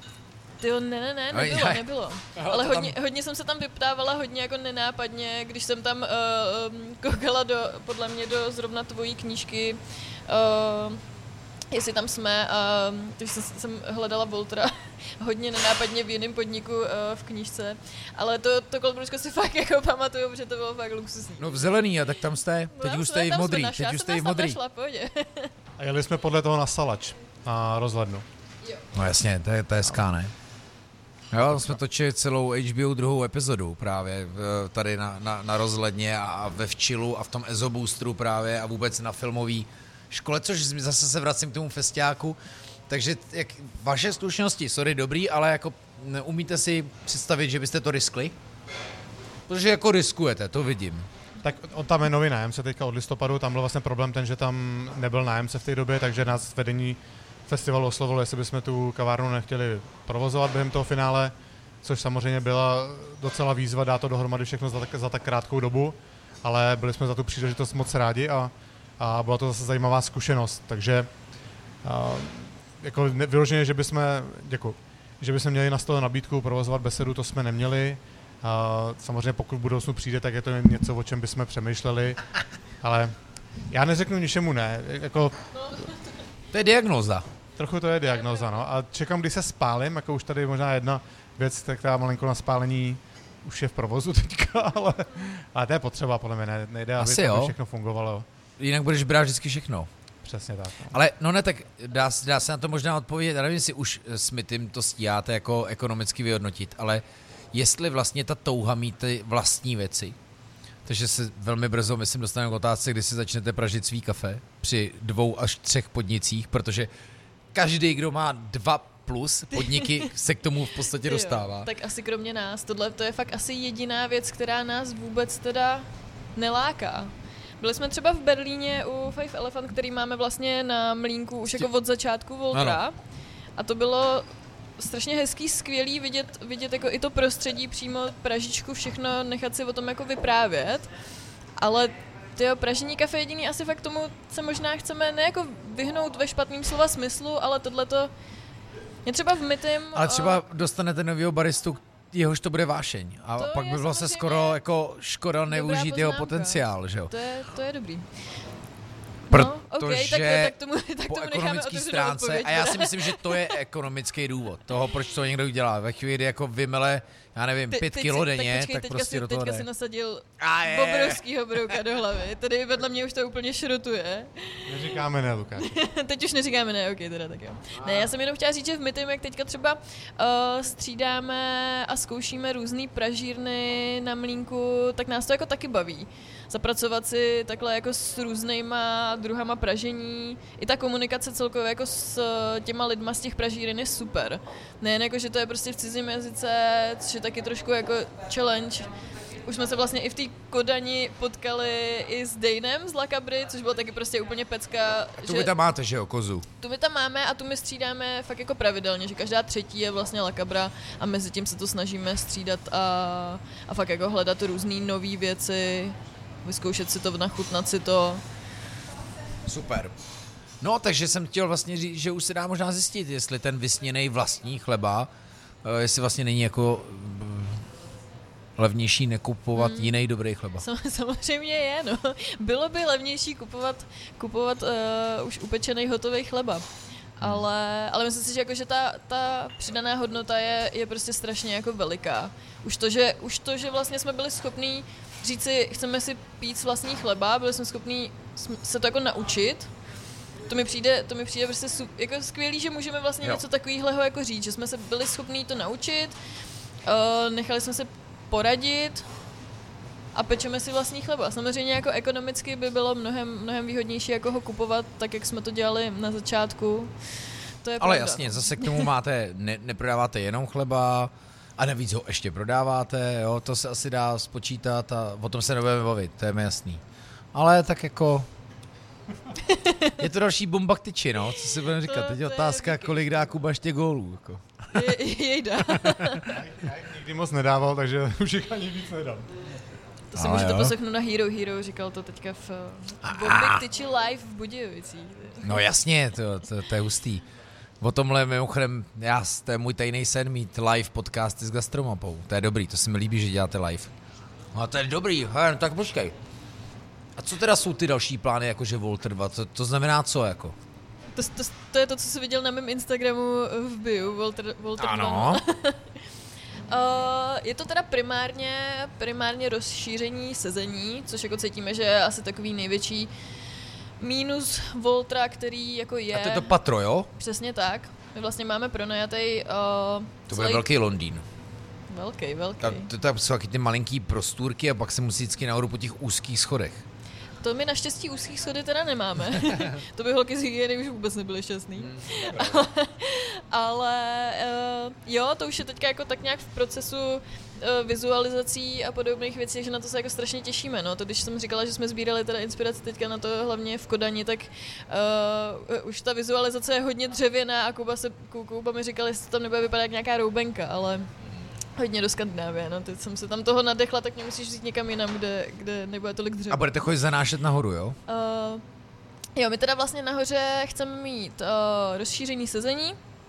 Tyjo, ne, ne, ne, No, nebylo, já- nebylo. Aha, Ale to tam- hodně, hodně jsem se tam vyptávala, hodně jako nenápadně, když jsem tam uh, um, koukala do, podle mě do zrovna tvojí knížky, uh, jestli tam jsme, a uh, když jsem, jsem hledala Voltra hodně nenápadně v jiném podniku uh, v knížce, ale to, to cold brewčko si fakt jako pamatuju, protože to bylo fakt luxusní. No v zelený, a tak tam jste, teď tam už jsme, jste i v tam jsme modrý, našla, teď já už jsem jste i v vás tam modrý. našla, pohodě. A jeli jsme podle toho na Salač, na rozhlednu. No jasně, to je, to je hezká, ne? Jo, jsme točili celou H B O druhou epizodu právě v- tady na, na, na rozhledně a ve Včilu a v tom Ezo Boostru právě a vůbec na filmový škole, což zase se vracím k tomu festiáku. Takže jak vaše zkušenosti, sorry, dobrý, ale jako umíte si představit, že byste to riskli? Protože jako riskujete, to vidím. Tak on tam je nový nájemce teďka od listopadu, tam byl vlastně problém ten, že tam nebyl nájemce v té době, takže nás vedení festivalu oslovilo, jestli bychom tu kavárnu nechtěli provozovat během toho finále, což samozřejmě byla docela výzva dát to dohromady všechno za tak, za tak krátkou dobu, ale byli jsme za tu příležitost moc rádi a, a byla to zase zajímavá zkušenost, takže a, jako ne, vyloženě, že bychom, děkuji, že bychom měli na stole nabídku provozovat besedu, to jsme neměli. Uh, samozřejmě pokud v budoucnu přijde, tak je to něco, o čem bychom přemýšleli, ale já neřeknu ničemu ne. Jako, to je diagnóza. Trochu to je diagnóza, no. A čekám, kdy se spálím, jako už tady možná jedna věc, která malinko na spálení už je v provozu teďka, ale, ale to je potřeba, podle mě, ne, nejde, aby to všechno fungovalo. Jinak budeš brát vždycky všechno. Přesně tak. No. Ale no ne, tak dá, dá se na to možná odpovědět, já nevím, jestli už s Mytym to stíháte jako ekonomicky vyhodnotit, ale jestli vlastně ta touha mít ty vlastní věci, takže se velmi brzo, myslím, dostaneme k otázce, kdy si začnete pražit svý kafe při dvou až třech podnicích, protože každý, kdo má dva plus podniky, se k tomu v podstatě dostává. Jo, tak asi kromě nás, tohle to je fakt asi jediná věc, která nás vůbec teda neláká. Byli jsme třeba v Berlíně u Five Elephant, který máme vlastně na mlýnku už jako od začátku Voltra. Ano. A to bylo strašně hezký, skvělý vidět, vidět jako i to prostředí, přímo pražičku, všechno, nechat si o tom jako vyprávět. Ale tyjo, pražení kafe jediný asi fakt tomu se možná chceme ne jako vyhnout ve špatným slova smyslu, ale tohleto je třeba v Mytym. Ale třeba dostanete novýho baristu, jehož to bude vášeň. A to pak by bylo se skoro jako škoda nevyužít jeho potenciál, že jo? To je, to je dobrý. Protože no, okay, tak, tak tomu, tak po tomu ekonomické stránce, odpověď, a já si myslím, že to je ekonomický důvod toho, proč to někdo udělá. Ve chvíli, kdy jako vymele, já nevím, Ty, pět kilo denně, tak, počkej, tak teďka prostě si, do toho teďka jde. si nasadil je. bobrovskýho brouka do hlavy. Tady vedle mě už to úplně šrotuje. Neříkáme ne, Lukáš. Teď už neříkáme ne, ok, teda tak jo. Ne, já jsem jenom chtěla říct, že v Mytym, jak teďka třeba uh, střídáme a zkoušíme různý pražírny na mlýnku, tak nás to jako taky baví. Zapracovat si takhle jako s různýma druhama pražení. I ta komunikace celkově jako s těma lidma z těch pražíren je super. Nejen jako, že to je prostě v cizím jazyce, což je taky trošku jako challenge. Už jsme se vlastně i v té Kodani potkali i s Dejnem z La Cabry, což bylo taky prostě úplně pecka. A tu že... vy tam máte, že jo, kozu? Tu my tam máme a tu my střídáme fakt jako pravidelně, že každá třetí je vlastně La Cabra a mezi tím se to snažíme střídat a, a fakt jako hledat různý nový věci, vyzkoušet si to, nachutnat si to. Super. No, takže jsem chtěl vlastně říct, že už se dá možná zjistit, jestli ten vysněnej vlastní chleba, jestli vlastně není jako levnější nekupovat hmm. jiný dobrý chleba. Samozřejmě je, no. Bylo by levnější kupovat, kupovat uh, už upečený hotový chleba. Hmm. Ale, ale myslím si, že, jako, že ta, ta přidaná hodnota je, je prostě strašně jako veliká. Už to, že, už to, že vlastně jsme byli schopní říct si, chceme si pít vlastní chleba, byli jsme schopní se to jako naučit. To mi přijde, to mi přijde prostě jako skvělý, že můžeme vlastně jo. něco takového jako říct, že jsme se byli schopní to naučit, uh, nechali jsme se poradit a pečeme si vlastní chleba. Samozřejmě jako ekonomicky by bylo mnohem, mnohem výhodnější jako ho kupovat, tak jak jsme to dělali na začátku. To je Ale pravda. jasně, zase k tomu máte, ne, neprodáváte jenom chleba a navíc ho ještě prodáváte, jo, to se asi dá spočítat a o tom se nebudeme bavit, to je mi jasný. Ale tak jako... Je to další bomba k tyči, no, co si budeme říkat. Teď je otázka, je... kolik dá Kuba ještě gólů. Jako. Je, jejda. Já jich nikdy moc nedával, takže už jich ani víc nedám. To si můžete poslechnout na Hero Hero, říkal to teďka v bomby k tyči live v Budějovicích. No jasně, to, to, to je hustý. O tomhle mimochodem, já, to je můj tajný sen mít live podcasty s gastromapou. To je dobrý, to se mi líbí, že děláte live. No to je dobrý, he, tak počkej. A co teda jsou ty další plány, jakože Volter dva? To, to znamená co, jako? To, to, to je to, co jsi viděl na mém Instagramu v bio, Volter, Volter ano. dva. Uh, je to teda primárně, primárně rozšíření sezení, což jako cítíme, že je asi takový největší mínus Voltra, který jako je... A to je to patro, jo? Přesně tak. My vlastně máme pronajatý... Uh, to bude velký Londýn. Velký, velký. Ta, to, to jsou taky ty malinký prostůrky a pak se musí vždycky nahoru po těch úzkých schodech. To my naštěstí úzkých schody teda nemáme. To by holky z hygieny už vůbec nebyly šťastný. Hmm, ale ale uh, jo, to už je teďka jako tak nějak v procesu uh, vizualizací a podobných věcí, že na to se jako strašně těšíme. No. To když jsem říkala, že jsme sbírali teda inspiraci teďka na to hlavně v Kodani, tak uh, už ta vizualizace je hodně dřevěná a Kuba, se, Kuba mi říkal, jestli to tam nebude vypadat jak nějaká roubenka, ale... Hodně do Skandinávie, no, teď jsem se tam toho nadechla, tak mě musíš jít někam jinam, kde, kde nebude tolik dřeva. A budete chodit zanášet nahoru, jo? Uh, jo, my teda vlastně nahoře chceme mít uh, rozšíření sezení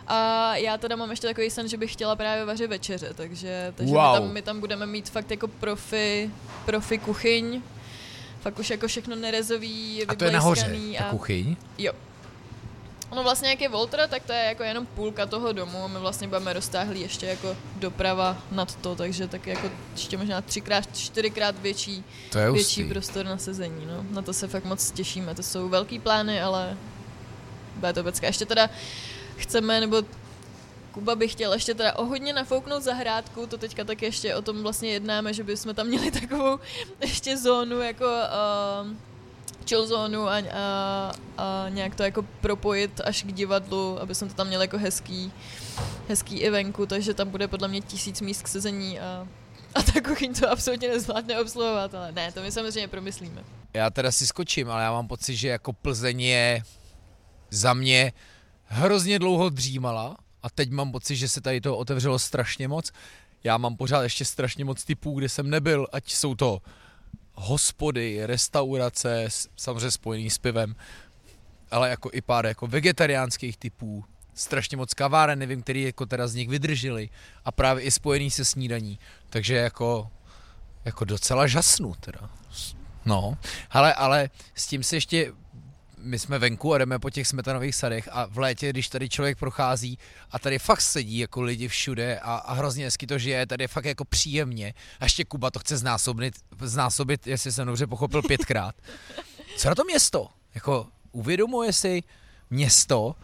A já teda mám ještě takový sen, že bych chtěla právě vařit večeře, takže, takže wow. my, tam, my tam budeme mít fakt jako profi, profi kuchyň, fakt už jako všechno nerezový, a to je nahoře, ta a... kuchyň? Jo. No vlastně jak je Voltra, tak to je jako jenom půlka toho domu, my vlastně budeme roztáhlí ještě jako doprava nad to, takže tak jako ještě možná třikrát, čtyřikrát větší, to je větší prostor na sezení, no. Na to se fakt moc těšíme, to jsou velký plány, ale bude to pecka. Ještě teda chceme, nebo Kuba by chtěl ještě teda o hodně nafouknout zahrádku, to teďka taky ještě o tom vlastně jednáme, že bychom tam měli takovou ještě zónu jako uh, chill zónu a, a, a nějak to jako propojit až k divadlu, aby jsme to tam měli jako hezký, hezký i venku, takže tam bude podle mě tisíc míst k sezení a, a ta kuchyň to absolutně nezvládne obsluhovat, ale ne, to my samozřejmě promyslíme. Já teda si skočím, ale já mám pocit, že jako Plzeň je za mě hrozně dlouho dřímala a teď mám pocit, že se tady to otevřelo strašně moc. Já mám pořád ještě strašně moc typů, kde jsem nebyl, ať jsou to hospody, restaurace, samozřejmě spojený s pivem, ale jako i pár jako vegetariánských typů, strašně moc kaváren, nevím, který jako teda z nich vydrželi a právě i spojený se snídaní, takže jako, jako docela žasnu teda. No, ale, ale s tím se ještě, my jsme venku a jdeme po těch smetanových sadech a v létě, když tady člověk prochází a tady fakt sedí jako lidi všude a, a hrozně hezky to žije, tady je fakt jako příjemně a ještě Kuba to chce znásobit, znásobit, jestli jsem dobře pochopil, pětkrát. Co na to město? Jako uvědomuje si město,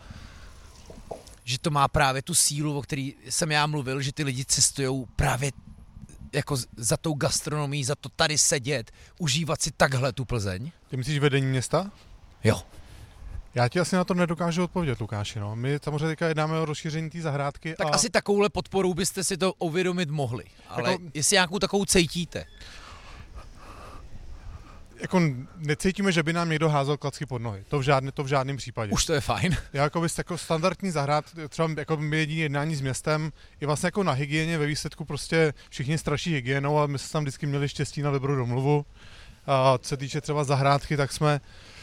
že to má právě tu sílu, o který jsem já mluvil, že ty lidi cestujou právě jako za tou gastronomií, za to tady sedět, užívat si takhle tu Plzeň? Ty myslíš vedení města? Jo. Já ti asi na to nedokážu odpovědět, Lukáši. No. My samozřejmě teďka jednáme o rozšíření té zahrádky. Tak a... asi takovouhle podporou byste si to uvědomit mohli. Ale jako... jestli nějakou takovou cítíte? Jako necítíme, že by nám někdo házel klacky pod nohy. To v, žádný, to v žádném případě. Už to je fajn. Já jako bys jako standardní zahrad, třeba jako jediné jednání s městem, je vlastně jako na hygieně, ve výsledku prostě všichni straší hygienou a my jsme tam vždycky měli štěstí na dobrou domluvu. A co se týče třeba zahrádky, tak jsme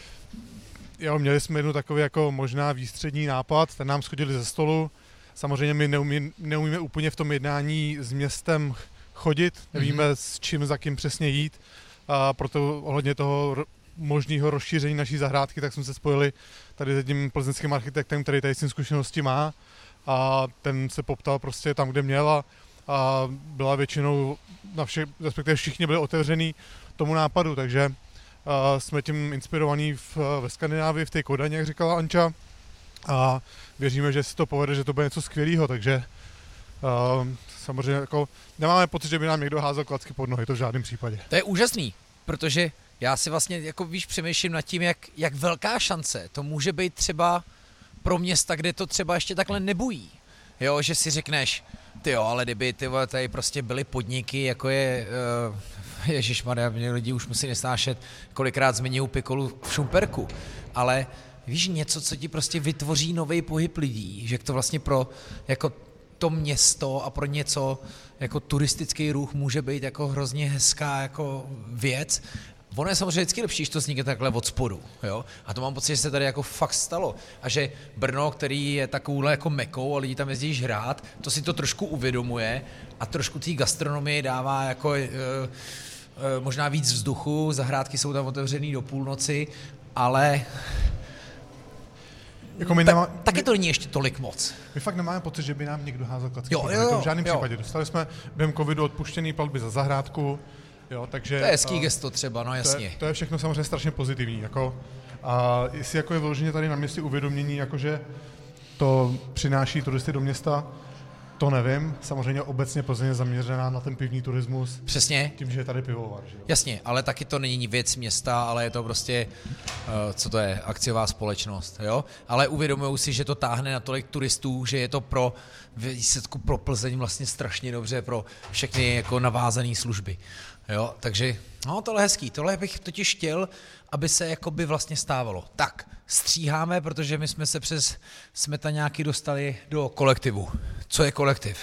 jo, měli jsme jednu takový jako možná výstřední nápad, ten nám schodili ze stolu. Samozřejmě my neumí, neumíme úplně v tom jednání s městem chodit, nevíme mm-hmm. s čím, za kým přesně jít. A proto ohledně toho možného rozšíření naší zahrádky, tak jsme se spojili tady s jedním plzeňským architektem, který tady s tím zkušenosti má. A ten se poptal prostě tam, kde měl a, a byla většinou, na vše, respektive všichni byli otevřený tomu nápadu, takže uh, jsme tím inspirovaní v, ve Skandinávii, v té Kodaně, jak říkala Anča. A věříme, že si to povede, že to bude něco skvělého, takže uh, samozřejmě jako nemáme pocit, že by nám někdo házel klacky pod nohy, to v žádném případě. To je úžasný, protože já si vlastně jako víš přemýšlím nad tím, jak, jak velká šance to může být třeba pro města, kde to třeba ještě takhle nebují. Jo, že si řekneš, ty jo, ale kdyby ty vole, tady prostě byly podniky, jako je, uh, ježišmarja, mě lidi už musí nesnášet, kolikrát změní pikolu v Šumperku, ale víš, něco, co ti prostě vytvoří nový pohyb lidí, že to vlastně pro jako to město a pro něco jako turistický ruch může být jako hrozně hezká jako věc. Ono je samozřejmě vždycky lepší, když to vznikne takhle od spodu, jo? A to mám pocit, že se tady jako fakt stalo. A že Brno, který je takovouhle jako mekou a lidi tam jezdí hrát, to si to trošku uvědomuje a trošku té gastronomii dává jako e, e, možná víc vzduchu, zahrádky jsou tam otevřený do půlnoci, ale jako my nemá, Ta, taky to není ještě tolik moc. My fakt nemáme pocit, že by nám někdo házel klacky. Jo, jo, jo, v žádném jo. případě. Dostali jsme během covidu odpuštěný platby za zahrádku. Jo, takže, to je hezký uh, gesto třeba, no jasně. To je, to je všechno samozřejmě strašně pozitivní. Jako, a jestli jako je vyloženě tady na městě uvědomění, jakože to přináší turisty do města, to nevím. Samozřejmě obecně Plzeň je zaměřená na ten pivní turismus. Přesně. Tím, že je tady pivovar. Že jo? Jasně, ale taky to není věc města, ale je to prostě, uh, co to je, akciová společnost, jo? Ale uvědomují si, že to táhne na tolik turistů, že je to pro výsledku pro Plzeň vlastně strašně dobře, pro všechny jako navázané služby. Jo, takže, no tohle je hezký, tohle bych totiž chtěl, aby se jakoby vlastně stávalo. Tak, stříháme, protože my jsme se přes smetaňáky dostali do kolektivu. Co je kolektiv?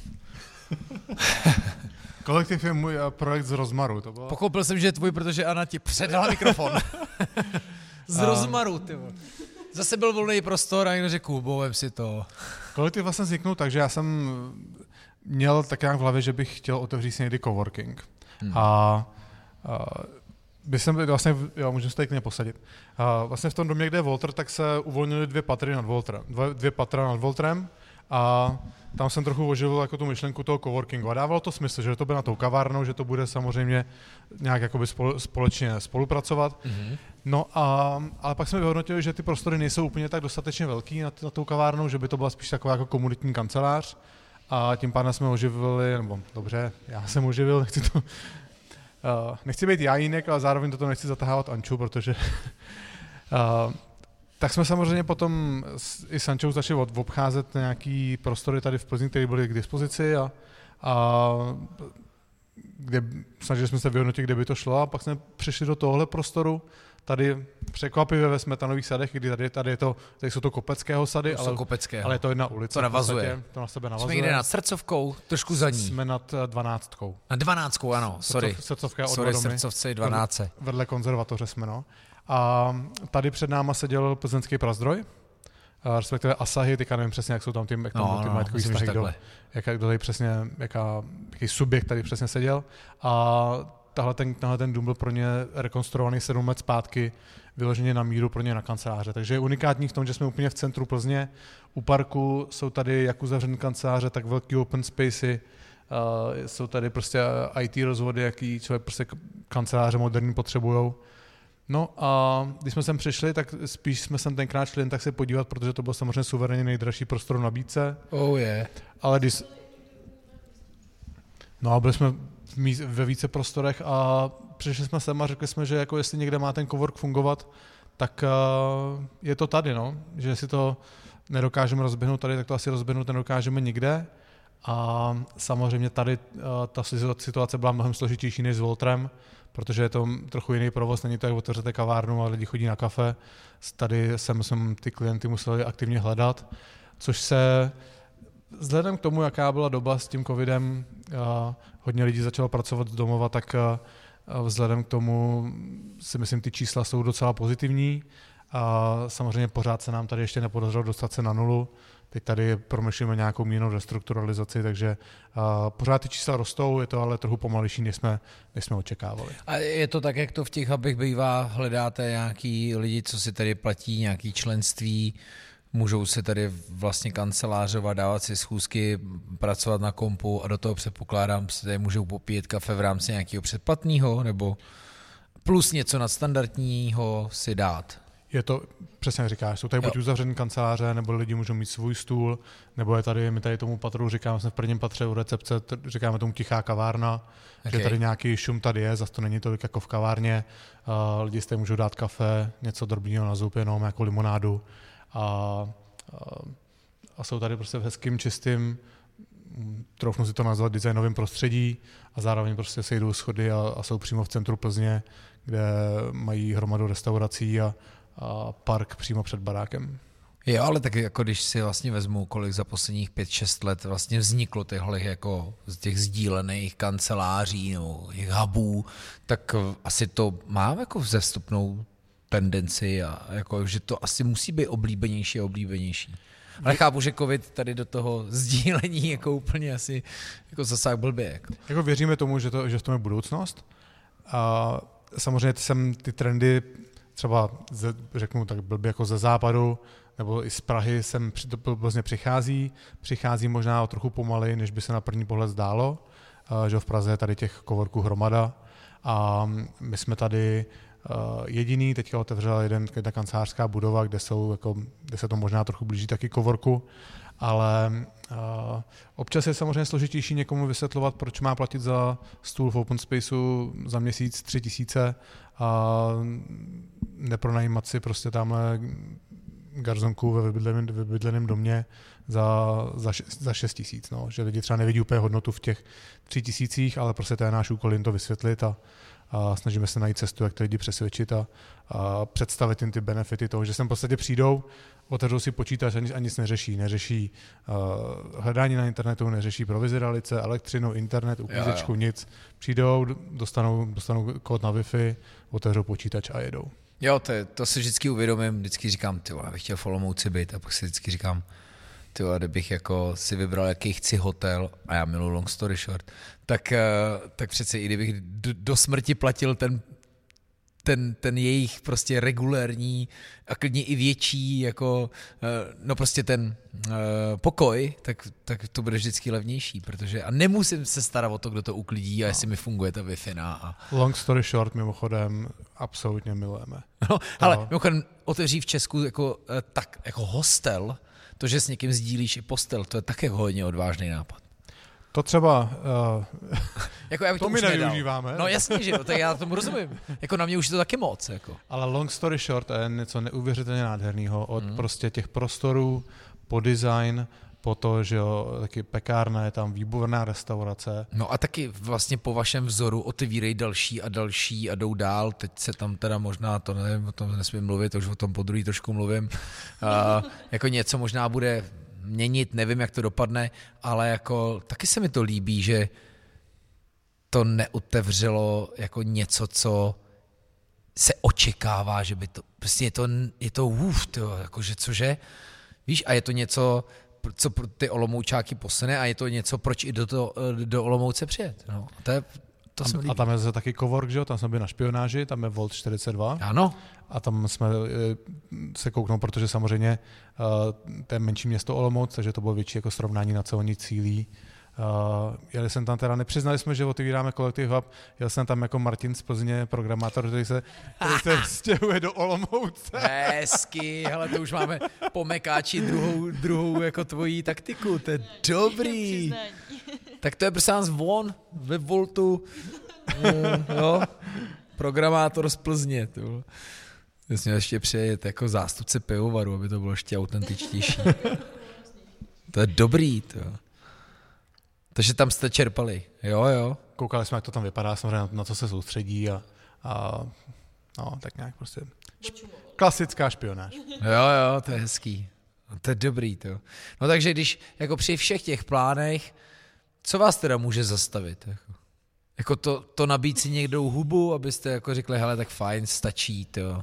Kolektiv je můj projekt z Rozmaru. To bylo... Pochopil jsem, že je tvůj, protože Anna ti předala mikrofon. Z Rozmaru, ty vole. Zase byl volný prostor a někdo řekl, bouvem si to. Kolektiv vlastně vzniknul tak, že já jsem měl tak nějak v hlavě, že bych chtěl otevřít si někdy coworking. Hmm. A, a by jsem vlastně, jo, můžu se tady klidně posadit. A vlastně v tom domě, kde je Walter, tak se uvolnili dvě patry nad Walterem. Dvě, dvě patra nad Walterem a tam jsem trochu oživil jako tu myšlenku toho coworkingu. A dávalo to smysl, že to bude na tou kavárnou, že to bude samozřejmě nějak jakoby společně spolupracovat. Mm-hmm. No a ale pak jsme vyhodnotili, že ty prostory nejsou úplně tak dostatečně velký na, na tou kavárnou, že by to byla spíš taková jako komunitní kancelář. A tím pádem jsme oživili, nebo dobře, já jsem oživil, nechci to... Uh, nechci být jajínek, ale zároveň toto nechci zatahávat Anču, protože... uh, tak jsme samozřejmě potom s, i s Ančou začali od, obcházet nějaký prostory tady v Plzni, které byly k dispozici a, a kde, snažili jsme se vyhodnotit, kde by to šlo a pak jsme přišli do tohle prostoru, tady překvapivě ve Smetanových sadech, kdy tady, tady, je to, tady jsou to Kopeckého sady, ale, ale je to jedna ulice. To navazuje. Podstatě, to na sebe navazuje. Jsme někde nad Srdcovkou, trošku za ní. Jsme nad dvanáctkou. Na dvanáctkou, ano, sorry. Srdcovka od sorry, domy. Srdcovce dvanáct. Vedle konzervatoře jsme, no. A tady před náma seděl plzeňský Prazdroj, respektive Asahi, teďka nevím přesně, jak jsou tam ty, jak tam no, ty no, majetkový vztahy, kdo, jak, kdo tady přesně, jaká, jaký subjekt tady přesně seděl. A tahle ten, tahle ten dům byl pro ně rekonstruovaný sedm let zpátky, vyloženě na míru pro ně na kanceláře. Takže je unikátní v tom, že jsme úplně v centru Plzně. U parku jsou tady jak uzavřené kanceláře, tak velký open spacey. Uh, jsou tady prostě í té rozvody, jaký člověk prostě kanceláře moderní potřebujou. No a když jsme sem přišli, tak spíš jsme sem tenkrát šli jen tak se podívat, protože to byl samozřejmě suverénně nejdražší prostor v nabídce. Oh je. Yeah. Ale když... No a byli jsme ve více prostorech a přišli jsme sem a řekli jsme, že jako jestli někde má ten cowork fungovat, tak uh, je to tady, no. Že si to nedokážeme rozběhnout tady, tak to asi rozběhnout nedokážeme nikde. A samozřejmě tady uh, ta situace byla mnohem složitější než s Voltrem, protože je to trochu jiný provoz, není to, jak otevřete kavárnu a lidi chodí na kafe. Tady jsem, jsem ty klienty museli aktivně hledat, což se vzhledem k tomu, jaká byla doba s tím covidem, uh, hodně lidí začalo pracovat z domova, tak uh, vzhledem k tomu si myslím, ty čísla jsou docela pozitivní. A samozřejmě pořád se nám tady ještě nepodařilo dostat se na nulu. Teď tady promýšlíme nějakou mírnou restrukturalizaci, takže uh, pořád ty čísla rostou, je to ale trochu pomalejší, než jsme, než jsme očekávali. A je to tak, jak to v těch hubech bývá, hledáte nějaký lidi, co si tady platí, nějaký členství, můžou si tady vlastně kancelářovat, dávat si schůzky, pracovat na kompu a do toho předpokládám, si tady můžou popíjet kafe v rámci nějakého předplatného, nebo plus něco nadstandardního si dát. Je to, přesně jak říkáš, jsou tady buď uzavřený kanceláře, nebo lidi můžou mít svůj stůl, nebo je tady, my tady tomu patru říkáme, jsme v prvním patře u recepce, říkáme tomu tichá kavárna, okay. Že tady nějaký šum tady je, zase to není tolik jako v kavárně, uh, lidi si tady můžou dát kafe, něco drobného na zub, jenom jako limonádu a, a, a jsou tady prostě v hezkým, čistým, troufnu si to nazvat designovým prostředí a zároveň prostě sejdou schody a, a jsou přímo v centru Plzně, kde mají hromadu restaurací a a park přímo před barákem. Jo, ale tak jako když si vlastně vezmu, kolik za posledních pět šest let vlastně vzniklo těchto jako z těch sdílených kanceláří nebo těch hubů, tak asi to má jako vzestupnou tendenci a jako, že to asi musí být oblíbenější a oblíbenější. Ale chápu, že covid tady do toho sdílení jako úplně asi jako zasah blbě. Jako. jako věříme tomu, že, to, že v tom je budoucnost. A samozřejmě sem ty trendy třeba, ze, řeknu tak blbě, jako ze západu, nebo i z Prahy sem do Plzně přichází. Přichází možná o trochu pomaleji, než by se na první pohled zdálo, že v Praze je tady těch coworků hromada. A my jsme tady jediný, teďka otevřela jeden, jedna kancelářská budova, kde, jsou, jako, kde se to možná trochu blíží taky coworku, ale uh, občas je samozřejmě složitější někomu vysvětlovat, proč má platit za stůl v open spaceu za měsíc tři tisíce a nepronajímat si prostě tamhle garzonku ve vybydleném, vybydleném domě za, za, za šest tisíc. No. Že lidi třeba nevidí úplně hodnotu v těch tři tisících, ale prostě to je náš úkol jim to vysvětlit a, a snažíme se najít cestu, jak ty lidi přesvědčit a, a představit jim ty benefity toho, že sem v podstatě přijdou, otevřou si počítač a nic, a nic neřeší. Neřeší uh, hledání na internetu, neřeší provizi realice, elektřinu, internet, uklízečku, nic. Přijdou, dostanou, dostanou kód na Wi-Fi, otevřou počítač a jedou. Jo, to, je, to si vždycky uvědomím, vždycky říkám, ty já bych chtěl v Olomouci být a pak si vždycky říkám, ty kdybych jako si vybral, jaký chci hotel a já miluji long story short, tak, tak přece i kdybych do, do smrti platil ten Ten, ten jejich prostě regulérní a klidně i větší jako, no prostě ten uh, pokoj, tak, tak to bude vždycky levnější, protože a nemusím se starat o to, kdo to uklidí a no. jestli mi funguje ta Wi-Fi. A... Long story short, mimochodem, absolutně milujeme. No, ale no. mimochodem otevří v Česku jako, tak, jako hostel, to, že s někým sdílíš i postel, to je také hodně odvážný nápad. To třeba, uh, jako já bych to, to my nedal. nevyužíváme. No jasně, že jo, tak já tomu rozumím. Jako na mě už je to taky moc. Jako. Ale long story short je něco neuvěřitelně nádherného od hmm. prostě těch prostorů po design, po to, že jo, taky pekárna, je tam výborná restaurace. No a taky vlastně po vašem vzoru otevírej další a další a jdou dál. Teď se tam teda možná, to nevím, o tom nesmím mluvit, to už o tom po druhý trošku mluvím. Uh, jako něco možná bude měnit, nevím, jak to dopadne, ale jako taky se mi to líbí, že to neotevřelo jako něco, co se očekává, že by to, prostě je to, je to uf, tyjo, jakože cože, víš, a je to něco, co ty Olomoučáky posune a je to něco, proč i do, to, do Olomouce přijet, no, a to je, to se mi líbí. A tam je zase taky cowork, že jo, tam jsme byli na špionáži, tam je Volt čtyřicet dva. Ano. A tam jsme se kouknou, protože samozřejmě uh, to je menší město Olomouc, takže to bylo větší jako srovnání, na co oni cílí. Uh, jeli jsem tam teda, nepřiznali jsme, že otevíráme Collective Hub, jel jsem tam jako Martin z Plzně, programátor, který se, který se stěhuje do Olomouce. Hezky, hele, to už máme po Mekáči druhou, druhou jako tvojí taktiku, to je dobrý. Tak to je prostě nás von, ve Voltu, jo, programátor z Plzně, to Jasně, ještě přijet jako zástupce pivovaru, aby to bylo ještě autentičtější. To je dobrý, to. Takže tam jste čerpali, jo, jo. Koukali jsme, jak to tam vypadá, samozřejmě na, na co se soustředí a, a no, tak nějak prostě klasická špionáž. Jo, jo, to je hezký. To je dobrý, to. No takže když jako při všech těch plánech, co vás teda může zastavit? Jako, jako to, to nabít si někdo hubu, abyste jako řekli, hele, tak fajn, stačí, to.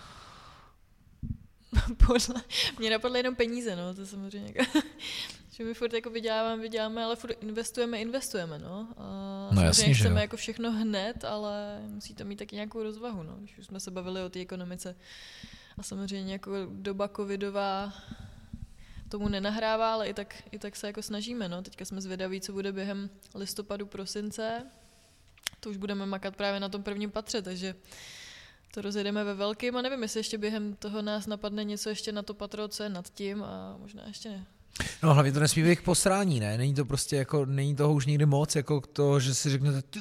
Podle, mě napadly jenom peníze, no, to samozřejmě jako, že my furt jako vyděláváme, vyděláme, ale furt investujeme, investujeme, no. A no jasně, chceme že jako všechno hned, ale musí to mít taky nějakou rozvahu, no. Když už jsme se bavili o té ekonomice a samozřejmě jako doba covidová tomu nenahrává, ale i tak, i tak se jako snažíme, no. Teďka jsme zvědaví, co bude během listopadu, prosince. To už budeme makat právě na tom prvním patře, takže to rozjedeme ve velkým a nevím, jestli ještě během toho nás napadne něco ještě na to patro, co je nad tím a možná ještě ne. No hlavně to nesmí být k posrání, ne? Není to prostě jako, není toho už nikdy moc, jako to, že si řeknete, ty,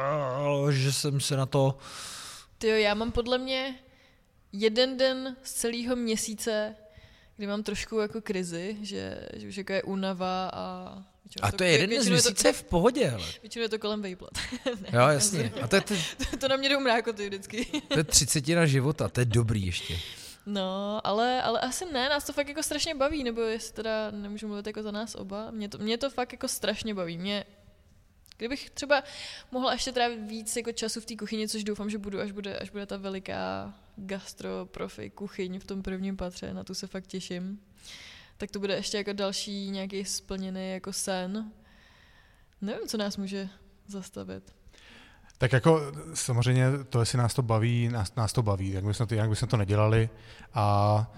že jsem se na to... Tyjo, já mám podle mě jeden den z celého měsíce, kdy mám trošku jako krizi, že, že už jako je únava a... A to, to je jeden z měsíce v pohodě, hele. Většinou je to kolem vejplat. Ne, jo, jasně. A to, je ty, to, to na mě jdou mrákoty vždycky. To je třicetina života, to je dobrý ještě. No, ale, ale asi ne, nás to fakt jako strašně baví, nebo jestli teda nemůžu mluvit jako za nás oba, mě to, mě to fakt jako strašně baví. Mě, kdybych třeba mohla ještě trávit víc jako času v té kuchyni, což doufám, že budu, až bude, až bude ta veliká gastroprofi kuchyň v tom prvním patře, na tu se fakt těším. Tak to bude ještě jako další nějaký splněný jako sen. Nevím, co nás může zastavit. Tak jako samozřejmě to, jestli nás to baví, nás, nás to baví, jak bychom to, jak bychom to nedělali a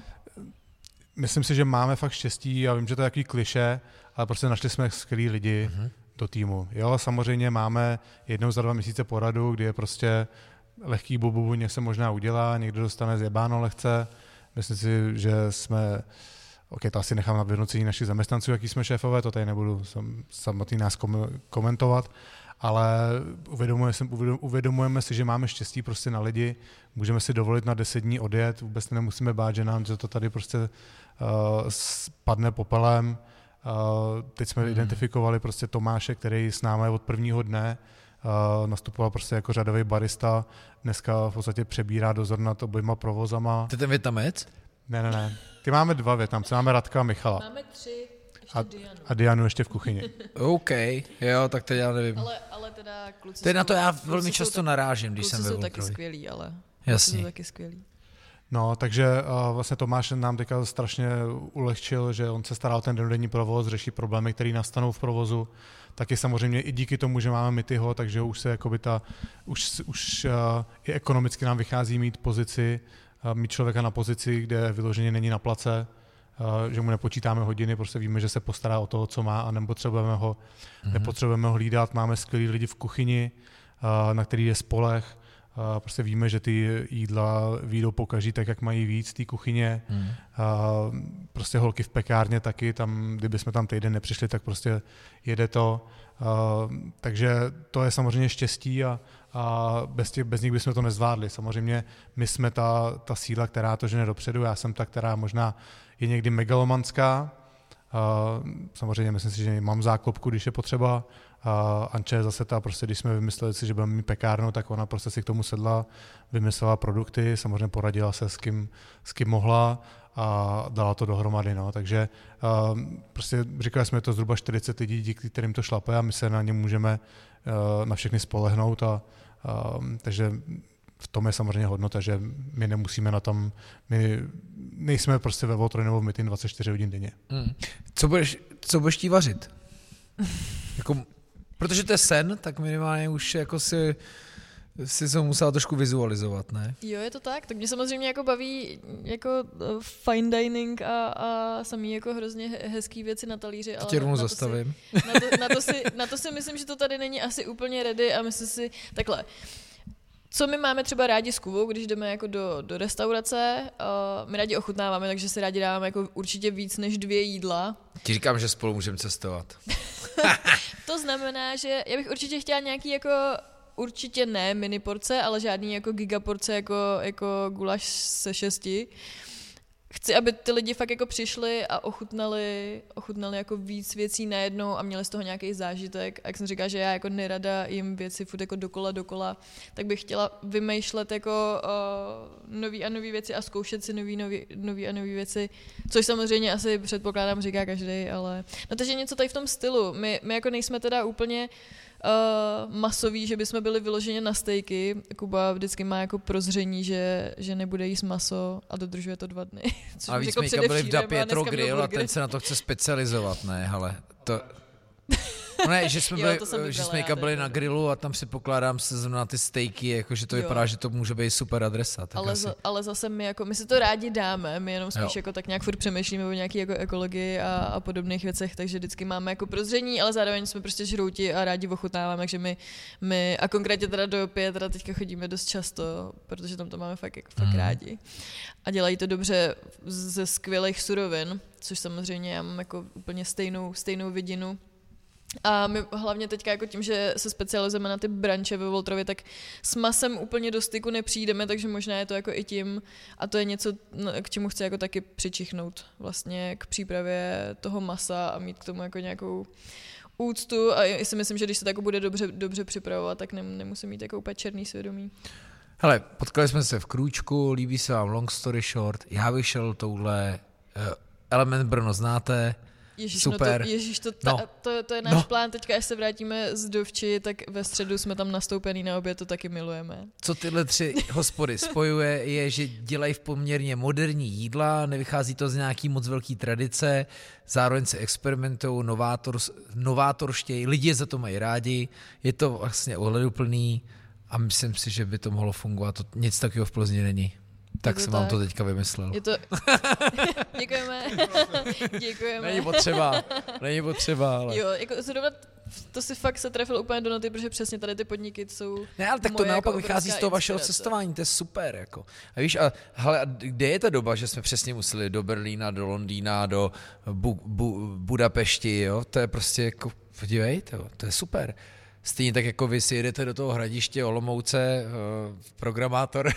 myslím si, že máme fakt štěstí, já vím, že to je takový klišé, ale prostě našli jsme skvělý lidi mm-hmm. do týmu. Jo, samozřejmě máme jednou za dva měsíce poradu, kdy je prostě lehký bububu, něco se možná udělá, někdo dostane zjebáno lehce, myslím si, že jsme OK, to asi nechám na vyhodnocení našich zaměstnanců, jaký jsme šéfové, to tady nebudu sam, samotný nás komentovat, ale uvědomujeme si, uvědomujeme si, že máme štěstí prostě na lidi, můžeme si dovolit na deset dní odjet, vůbec nemusíme bát, že nám že to tady prostě uh, spadne popelem. Uh, teď jsme hmm. identifikovali prostě Tomáše, který s námi je od prvního dne, uh, nastupoval prostě jako řadový barista, dneska v podstatě přebírá dozor nad oběma provozama. To je ten Větnamec? Ne, ne, ne. Ty máme dva Větnamce, máme Radka a Michala. Máme tři, ještě a, Dianu. A Dianu ještě v kuchyni. OK, jo, tak to já nevím. Ale, ale teda kluci to je na to já kluci velmi často tak, narážím, když kluci jsem ve jsou taky Voltrovi. skvělí, ale Jasně. jsou taky skvělí. No, takže uh, vlastně Tomáš nám teďka strašně ulehčil, že on se stará o ten dennodenní provoz, řeší problémy, které nastanou v provozu. Taky samozřejmě i díky tomu, že máme Mityho, takže už se jakoby ta, už, už uh, i ekonomicky nám vychází mít pozici, uh, mít člověka na pozici, kde vyloženě není na place, uh, že mu nepočítáme hodiny, prostě víme, že se postará o to, co má a nepotřebujeme ho, mm-hmm. nepotřebujeme ho hlídat. Máme skvělý lidi v kuchyni, uh, na který je spoleh. Uh, prostě víme, že ty jídla výjdou pokaží tak, jak mají víc z té kuchyně. Mm. Uh, prostě holky v pekárně taky, tam, kdyby jsme tam týden nepřišli, tak prostě jede to. Uh, takže to je samozřejmě štěstí a, a bez, těch, bez nich bychom to nezvládli. Samozřejmě my jsme ta, ta síla, která to žene dopředu, já jsem ta, která možná je někdy megalomanská. Uh, samozřejmě myslím si, že mám záklopku, když je potřeba. A Anče je zase ta, prostě, když jsme vymysleli si, že budeme mít pekárnu, tak ona prostě si k tomu sedla, vymyslela produkty, samozřejmě poradila se s kým, s kým mohla a dala to dohromady. No. Takže uh, prostě říkali jsme to zhruba čtyřicet lidí, díky kterým to šlape a my se na ně můžeme uh, na všechny spolehnout. A, uh, takže v tom je samozřejmě hodnota, že my nemusíme na tom, my nejsme prostě ve Voltroy nebo v Mytyn dvacet čtyři hodin denně. Hmm. Co budeš, co budeš tí vařit? jako, protože to je sen, tak minimálně už jako si, si se musela trošku vizualizovat, ne? Jo, je to tak. Tak mě samozřejmě jako baví jako fine dining a, a samý jako hrozně hezký věci na talíři. To tě rovnou zastavím. Si, na, to, na, to si, na to si myslím, že to tady není asi úplně ready a myslím si, takhle, co my máme třeba rádi s Kubou, když jdeme jako do, do restaurace, uh, my rádi ochutnáváme, takže si rádi dáváme jako určitě víc než dvě jídla. Ti říkám, že spolu můžeme cestovat. To znamená, že já bych určitě chtěla nějaký jako, určitě ne mini porce, ale žádný jako gigaporce jako, jako guláš se šesti. Chci, aby ty lidi fakt jako přišli a ochutnali, ochutnali jako víc věcí najednou a měli z toho nějaký zážitek. A jak jsem říkala, že já jako nerada jim věci furt jako dokola, dokola, tak bych chtěla vymýšlet jako uh, nový a nový věci a zkoušet si nový, nový, nový a nový věci, což samozřejmě asi předpokládám říká každý, ale no takže něco tady v tom stylu. My, my jako nejsme teda úplně Uh, masový, že bychom byli vyloženě na stejky. Kuba vždycky má jako prozření, že, že nebude jíst maso a dodržuje to dva dny. A víc jako byli v Pietro Grill a ten se na to chce specializovat, ne, hele, to... No ne, že jsme byli, jo, že jsme byli na grilu a tam si pokládám se zrovna ty stejky, jakože to jo. Vypadá, že to může být super adresa. Tak ale, asi... za, ale zase my, jako, my si to rádi dáme, my jenom spíš jako tak nějak furt přemýšlíme o nějaké jako ekologii a, a podobných věcech, takže vždycky máme jako prozření, ale zároveň jsme prostě žrouti a rádi ochutnáváme, takže my, my a konkrétně teda do Pietra teďka chodíme dost často, protože tam to máme fakt, jako, fakt mm. rádi. A dělají to dobře ze skvělých surovin, což samozřejmě já mám jako úplně stejnou, stejnou vidinu. A my hlavně teďka jako tím, že se specializujeme na ty branče ve Voltrově, tak s masem úplně do styku nepřijdeme, takže možná je to jako i tím a to je něco, k čemu chci jako taky přičichnout vlastně k přípravě toho masa a mít k tomu jako nějakou úctu a si myslím, že když se tak bude dobře, dobře připravovat, tak nemusím mít jako úplně černý svědomí. Hele, potkali jsme se v Krůčku, líbí se vám Long Story Short, já bych šel touhle uh, Element Brno znáte, Ježíš, super. No to, ježíš, to, ta, no. to, to je náš no. plán, teďka až se vrátíme z Dovči, tak ve středu jsme tam nastoupený na oběd, to taky milujeme. Co tyhle tři hospody spojuje, je, že dělají v poměrně moderní jídla, nevychází to z nějaký moc velký tradice, zároveň se experimentují, novátor, novátorštějí, lidi za to mají rádi, je to vlastně ohleduplný a myslím si, že by to mohlo fungovat, to nic takového v Plzni není. Tak jsem tak. vám to teďka vymyslel. Je to... Děkujeme. Děkujeme. Není potřeba, není potřeba, ale... Jo, jako zrovna to si fakt se trefil úplně do noty, protože přesně tady ty podniky jsou... Ne, ale tak to naopak jako vychází z toho vašeho cestování, to je super, jako. A víš, a, hele, a kde je ta doba, že jsme přesně museli do Berlína, do Londýna, do Bu- Bu- Budapešti, jo, to je prostě jako, podívej, to, to je super. Stejně tak jako vy si jedete do toho Hradiště, Olomouce, uh, programátor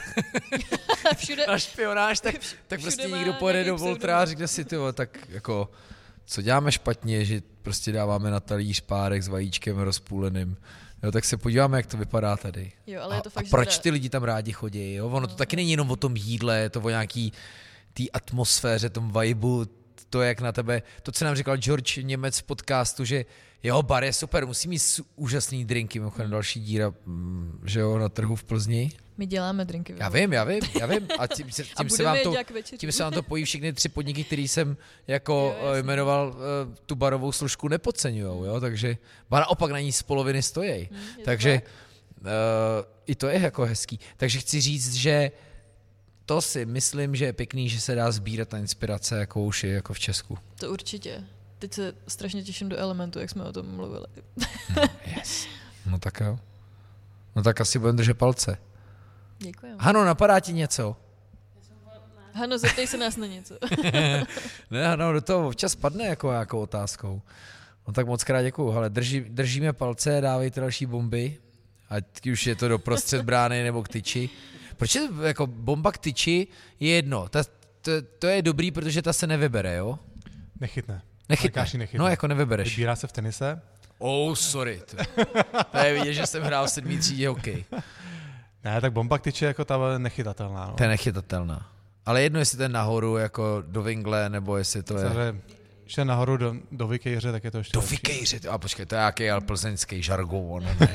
všude, na špionáž, tak, tak prostě někdo pojede do Voltra a řekne si, tyjo, tak jako, co děláme špatně, že prostě dáváme na talíř párek s vajíčkem rozpůleným. Jo, tak se podíváme, jak to vypadá tady. Jo, ale a, je to fakt, a proč teda... ty lidi tam rádi chodí? Jo? Ono no. to taky není jenom o tom jídle, je to o nějaký té atmosféře, tom vibeu, to, jak na tebe, to, co nám říkal George Němec v podcastu, že jeho bar je super, musí mít úžasný drinky, mimochodem další díra, že jo, na trhu v Plzni. My děláme drinky. Já vím, já vím, já vím. A tím, tím, a se vám to, večeři. tím se vám to pojí všechny tři podniky, který jsem jako jo, jmenoval, uh, tu barovou složku nepodceňujou, jo, takže ba naopak na ní z poloviny stojí. Hmm, takže uh, i to je jako hezký. Takže chci říct, že to si myslím, že je pěkný, že se dá sbírat ta inspirace jako už je jako v Česku. To určitě. Teď se strašně těším do Elementu, jak jsme o tom mluvili. No, yes. No tak jo. No tak asi budeme držet palce. Děkuji. Hano, napadá ti něco? Hano, zeptej se nás na něco. Ne, Hano, do toho občas padne jako nějakou otázkou. No tak moc krát děkuju. Hele, drží, držíme palce, dávejte další bomby, ať už je to do prostřed brány nebo k tyči. Proč je jako bomba k tyči je jedno. Ta, to, to je dobrý, protože ta se nevybere, jo? Nechytne. Nechytne. nechytne. No jako nevybereš. Vybírá se v tenise. Oh, sorry. To je vidět, že jsem hrál v sedmý třídě hokej. Ne, tak bomba k tyči jako ta nechytatelná. No. To je nechytatelná. Ale jedno, jestli to je nahoru jako do vingle, nebo jestli to je... Samozřejmě, když je nahoru do, do vikejře, tak je to ještě... Do vikejře, a počkej, to je nějaký ale plzeňský žargon. Ne?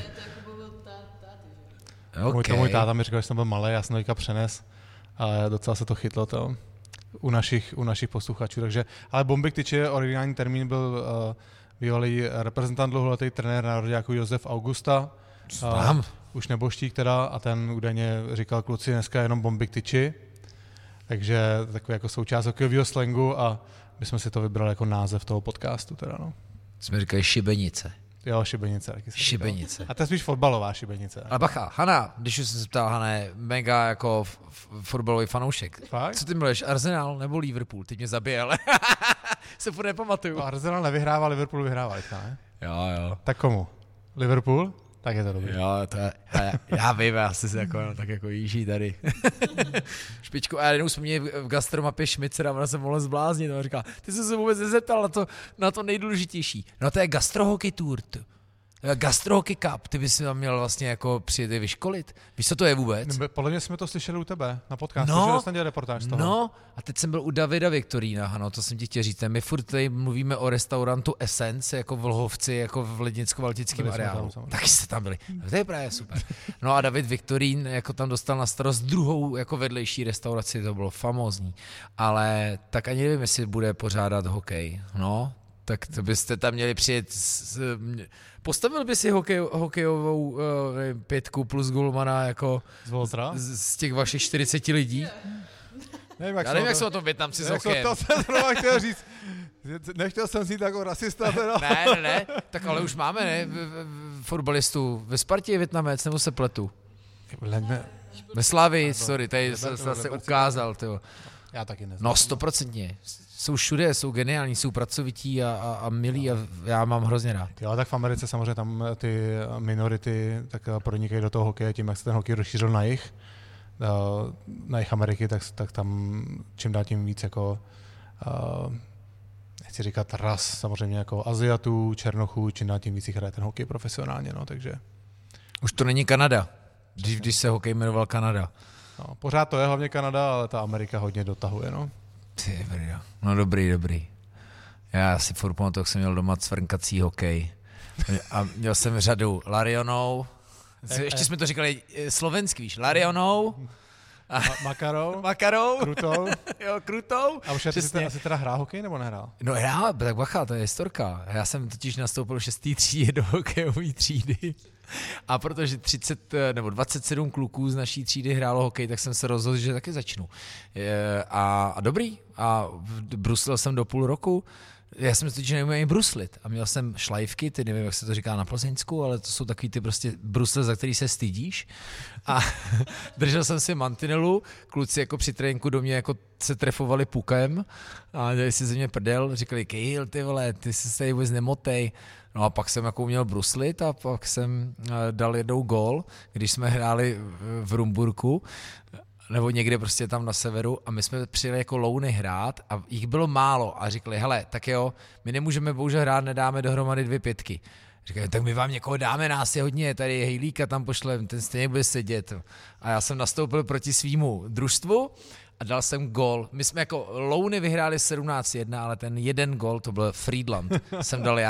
Okay. Můj, to můj táta mi říkal, že jsem byl malý, já jsem teďka přenes a docela se to chytlo to u našich, u našich posluchačů. Takže, ale bomby k tyči, originální termín byl uh, bývalý reprezentant dlouholetý trenér nároďáků Josef Augusta. Znám. Uh, už neboštík teda a ten údajně říkal kluci dneska jenom bomby k tyči. Takže takový jako součást hokejového slangu a my jsme si to vybrali jako název toho podcastu teda, no. Jsme říkali šibenice. Jo, šibenice. Taky šibenice. A to je spíš fotbalová šibenice. Ale bacha, Hana, když už jsem se ptal, Hana je mega jako f- f- fotbalový fanoušek. Fakt? Co ty miluješ, Arsenal nebo Liverpool? Ty mě zabije, ale se furt nepamatuju. Arsenal nevyhrává, Liverpool vyhrává, ne? Jo, jo. Tak komu? Liverpool? Tak je to dobrý. Jo, to je, já, já vím, já si jako, no, tak jako jíží tady. Špičku, a já jednou jsme měli v gastromapě Šmicera, ona se mohla zbláznit, a říká, ty jsi se vůbec nezeptal na to, na to nejdůležitější. No to je gastrohockey tour, tu. Gastrohockey Cup, ty bys tam měl vlastně jako přijet i vyškolit. Víš, co to je vůbec? Podle mě jsme to slyšeli u tebe na podcastu, no, že jsi dělal reportáž z toho. No, a teď jsem byl u Davida Viktorína, ano, to jsem ti chtěl říct. My furt tady mluvíme o restaurantu Essence, jako v Lhovci, jako v Lednicko-Valtickém areálu. Taky jste tam byli. No, to je právě super. No a David Viktorín jako tam dostal na starost druhou jako vedlejší restauraci, to bylo famózní. Ale tak ani nevím, jestli bude pořádat hokej. No, tak to byste tam měli přijet s, postavil by si hokej, hokejovou uh, pětku plus golmana jako z, z těch vašich čtyřiceti lidí? Nevím, jak Já nevím, jak jsou o tom Vietnamci s hokejem. To jsem zrovna chtěl říct. Nechtěl jsem si jako rasista teda. Ne, ne, ne, tak ale už máme, ne, fotbalistu. Ve Spartě je Vietnamec, nebo se pletu? Ve Slavii, sorry, tady se zase ukázal, tyjo. Já taky neznám. No, stoprocentně. Jsou všude, jsou geniální, jsou pracovití a, a, a milí a já mám hrozně rád. Jo, tak v Americe samozřejmě tam ty minority tak pronikají do toho hokeje tím, jak se ten hokej rozšířil na jih, na jih Ameriky, tak, tak tam čím dál tím víc jako, uh, nechci říkat ras, samozřejmě jako Aziatů, Černochů, čím dál tím víc hraje ten hokej profesionálně, no, takže. Už to není Kanada, když, když se hokej jmenoval Kanada. No, pořád to je hlavně Kanada, ale ta Amerika hodně dotahuje, no. Ty brdo. No dobrý, dobrý. Já si furt pamatuju, jak jsem měl doma cvrnkací hokej. A měl jsem řadu Larionou. Ještě jsme to říkali slovenský, víš. Larionou. A Ma- makarou. Makarou. Krutou. Jo, krutou. A už asi teda, teda hrál hokej nebo nehrál? No hrál, tak bacha, to je historka. Já jsem totiž nastoupil v šestý třídě do hokejové třídy. A protože třicet nebo dvacet sedm kluků z naší třídy hrálo hokej, tak jsem se rozhodl, že taky začnu. A, a dobrý. A bruslil jsem do půl roku. Já jsem totiž neměl ani bruslit. A měl jsem šlajvky, ty nevím, jak se to říká na plzeňsku, ale to jsou takový ty prostě brusle, za který se stydíš. A držel jsem si mantinelu, kluci jako při tréninku do mě jako se trefovali pukem a dělali si ze mě prdel, říkali, Kejl, ty vole, ty se tady vůbec nemotej. No a pak jsem jako uměl bruslit a pak jsem dal jednou gól, když jsme hráli v Rumburku, nebo někde prostě tam na severu a my jsme přijeli jako louny hrát a jich bylo málo a říkali, hele, tak jo, my nemůžeme bohužel hrát, nedáme dohromady dvě pětky. Říkali, tak my vám někoho dáme, nás je hodně, tady Hejlíka tam pošlem, ten stejně bude sedět. A já jsem nastoupil proti svýmu družstvu a dal jsem gól. My jsme jako louny vyhráli sedmnáct jedna, ale ten jeden gól, to byl Friedland, jsem dal já.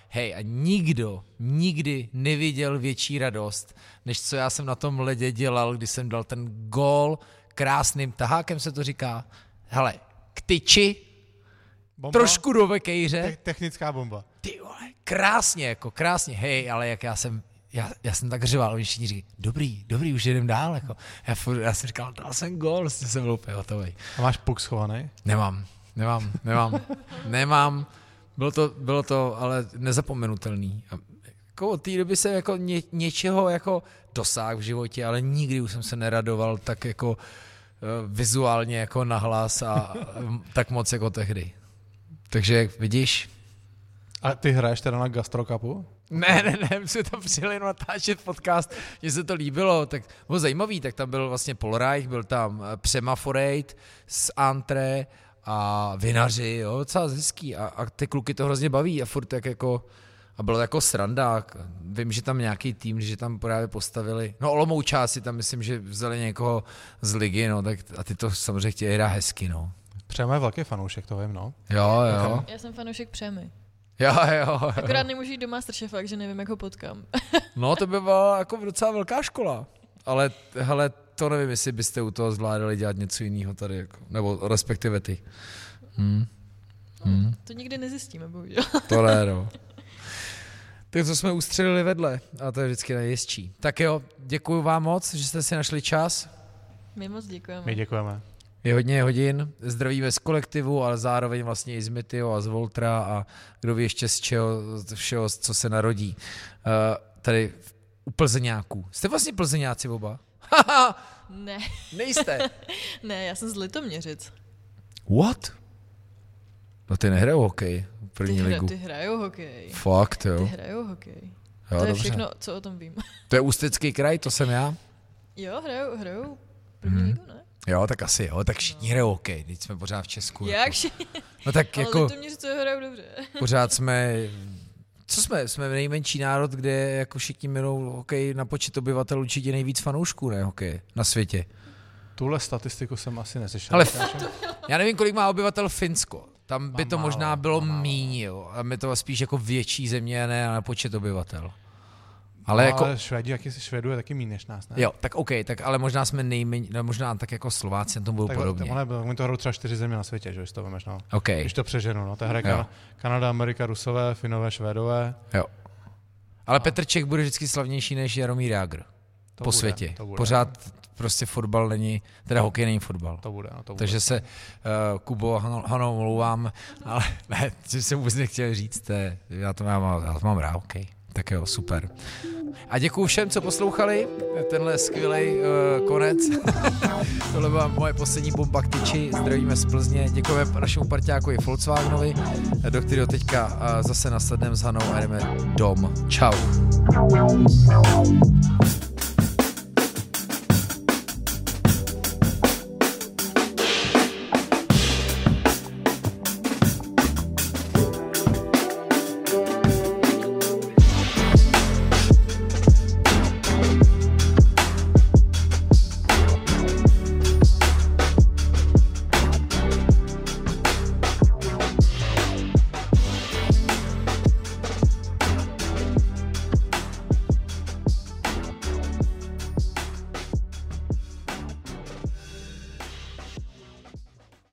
hej, a nikdo nikdy neviděl větší radost, než co já jsem na tom ledě dělal, když jsem dal ten gól krásným tahákem, se to říká. Hele, k tyči, Bomba? trošku do vekejře. Te- technická bomba. Ty vole, krásně, jako krásně, hej, ale jak já jsem, já, já jsem tak řval, oni všichni říkají, dobrý, dobrý, už jedem dál, jako. Já, furt, já jsem říkal, dal jsem gól, vlastně jsem byl úplně hotový. A máš puk schovaný? Nemám, nemám, nemám, nemám, bylo to, bylo to ale nezapomenutelný. A jako od té doby jsem jako ně, něčeho jako dosáhl v životě, ale nikdy už jsem se neradoval tak jako uh, vizuálně jako nahlas a um, tak moc jako tehdy. Takže jak vidíš. A ty hraješ teda na Gastrocupu? Ne, ne, ne, my jsme tam přijeli jenom natáčet podcast, mně se to líbilo, tak bylo zajímavý, tak tam byl vlastně Paul Reich, byl tam Přema Forejt z Antre a vinaři, jo, docela hezký a, a ty kluky to hrozně baví a furt tak jako, a bylo to jako sranda, vím, že tam nějaký tým, že tam právě postavili, no Olomoučáci tam myslím, že vzali někoho z ligy, no, tak a ty to samozřejmě chtějí hrát hezky, no. Přema je velký fanoušek, to vím, no. Jo, jo. Já jsem fanoušek Přemy. Jo, jo, jo. Akorát nemůžu jít do Masterchefa, takže nevím, jak ho potkám. No, to by byla jako docela velká škola. Ale, hele, to nevím, jestli byste u toho zvládali dělat něco jiného tady, jako, nebo respektive ty. Hmm. Hmm. To nikdy nezjistíme, bohužel. To ne, no. Tak to jsme ustřelili vedle a to je vždycky nejistší. Tak jo, děkuju vám moc, že jste si našli čas. My moc děkujeme. My děkujeme. Je hodně hodin, zdravíme z kolektivu, ale zároveň vlastně i z Mytio a z Voltra a kdo ví ještě z čeho, z všeho, co se narodí. Uh, tady u Plzeňáků. Jste vlastně Plzeňáci oba? Ne. Nejste. Ne, já jsem z Litoměřic. What? No ty nehrajou hokej, první ty, hra, ligu. ty hrajou hokej. Fakt, jo. Ty hrajou hokej. Jo, to je dobře. všechno, co o tom vím. To je Ústecký kraj, to jsem já? Jo, hrajou, hrajou první Hmm. ligu, ne? Jo, tak asi jo, tak všichni No. hrajou hokej, teď jsme pořád v Česku. Jak Jako. všichni? No tak Ale jako Litoměřice hrajou dobře. pořád jsme, co jsme, jsme nejmenší národ, kde jako všichni milují hokej na počet obyvatel určitě nejvíc fanoušků, ne hokej, na světě. Tuhle statistiku jsem asi neslyšel. Ale f- já nevím, kolik má obyvatel Finsko. Tam by Má to málo, možná bylo má málo. míň, jo. A my to spíš jako větší země, ne na počet obyvatel. Ale, Ale jako, ale Švédi, jak jsi Švédů je taky méně než nás, ne? jo, tak OK, tak ale možná jsme nejméně, no možná tak jako Slováci na tom budou tak, podobně. Tak, oni to hrajou třeba čtyři země na světě, že, když to vemeš, no. OK, Když to přeženu, no. To hraje Jo. kan- Kanada, Amerika, Rusové, Finové, Švédové. jo. Ale Petr Čech bude vždycky slavnější než Jaromír Jágr. To Po bude, světě. To bude, Pořád prostě fotbal není, teda hokej není fotbal. To bude, no, to bude. Takže se, uh, Kubo, Hano, Hano, omlouvám, ale ne, to jsem vůbec nechtěl říct, to je, já to mám, já to mám rád, OK. Tak jo, super. A děkuju všem, co poslouchali tenhle skvělý uh, konec. Tohle byla moje poslední bomba k tyči. Zdravíme z Plzně. Děkujeme našemu parťákovi Volkswagenovi, do kterého teďka uh, zase nasadneme s Hanou a jdeme dom. Čau.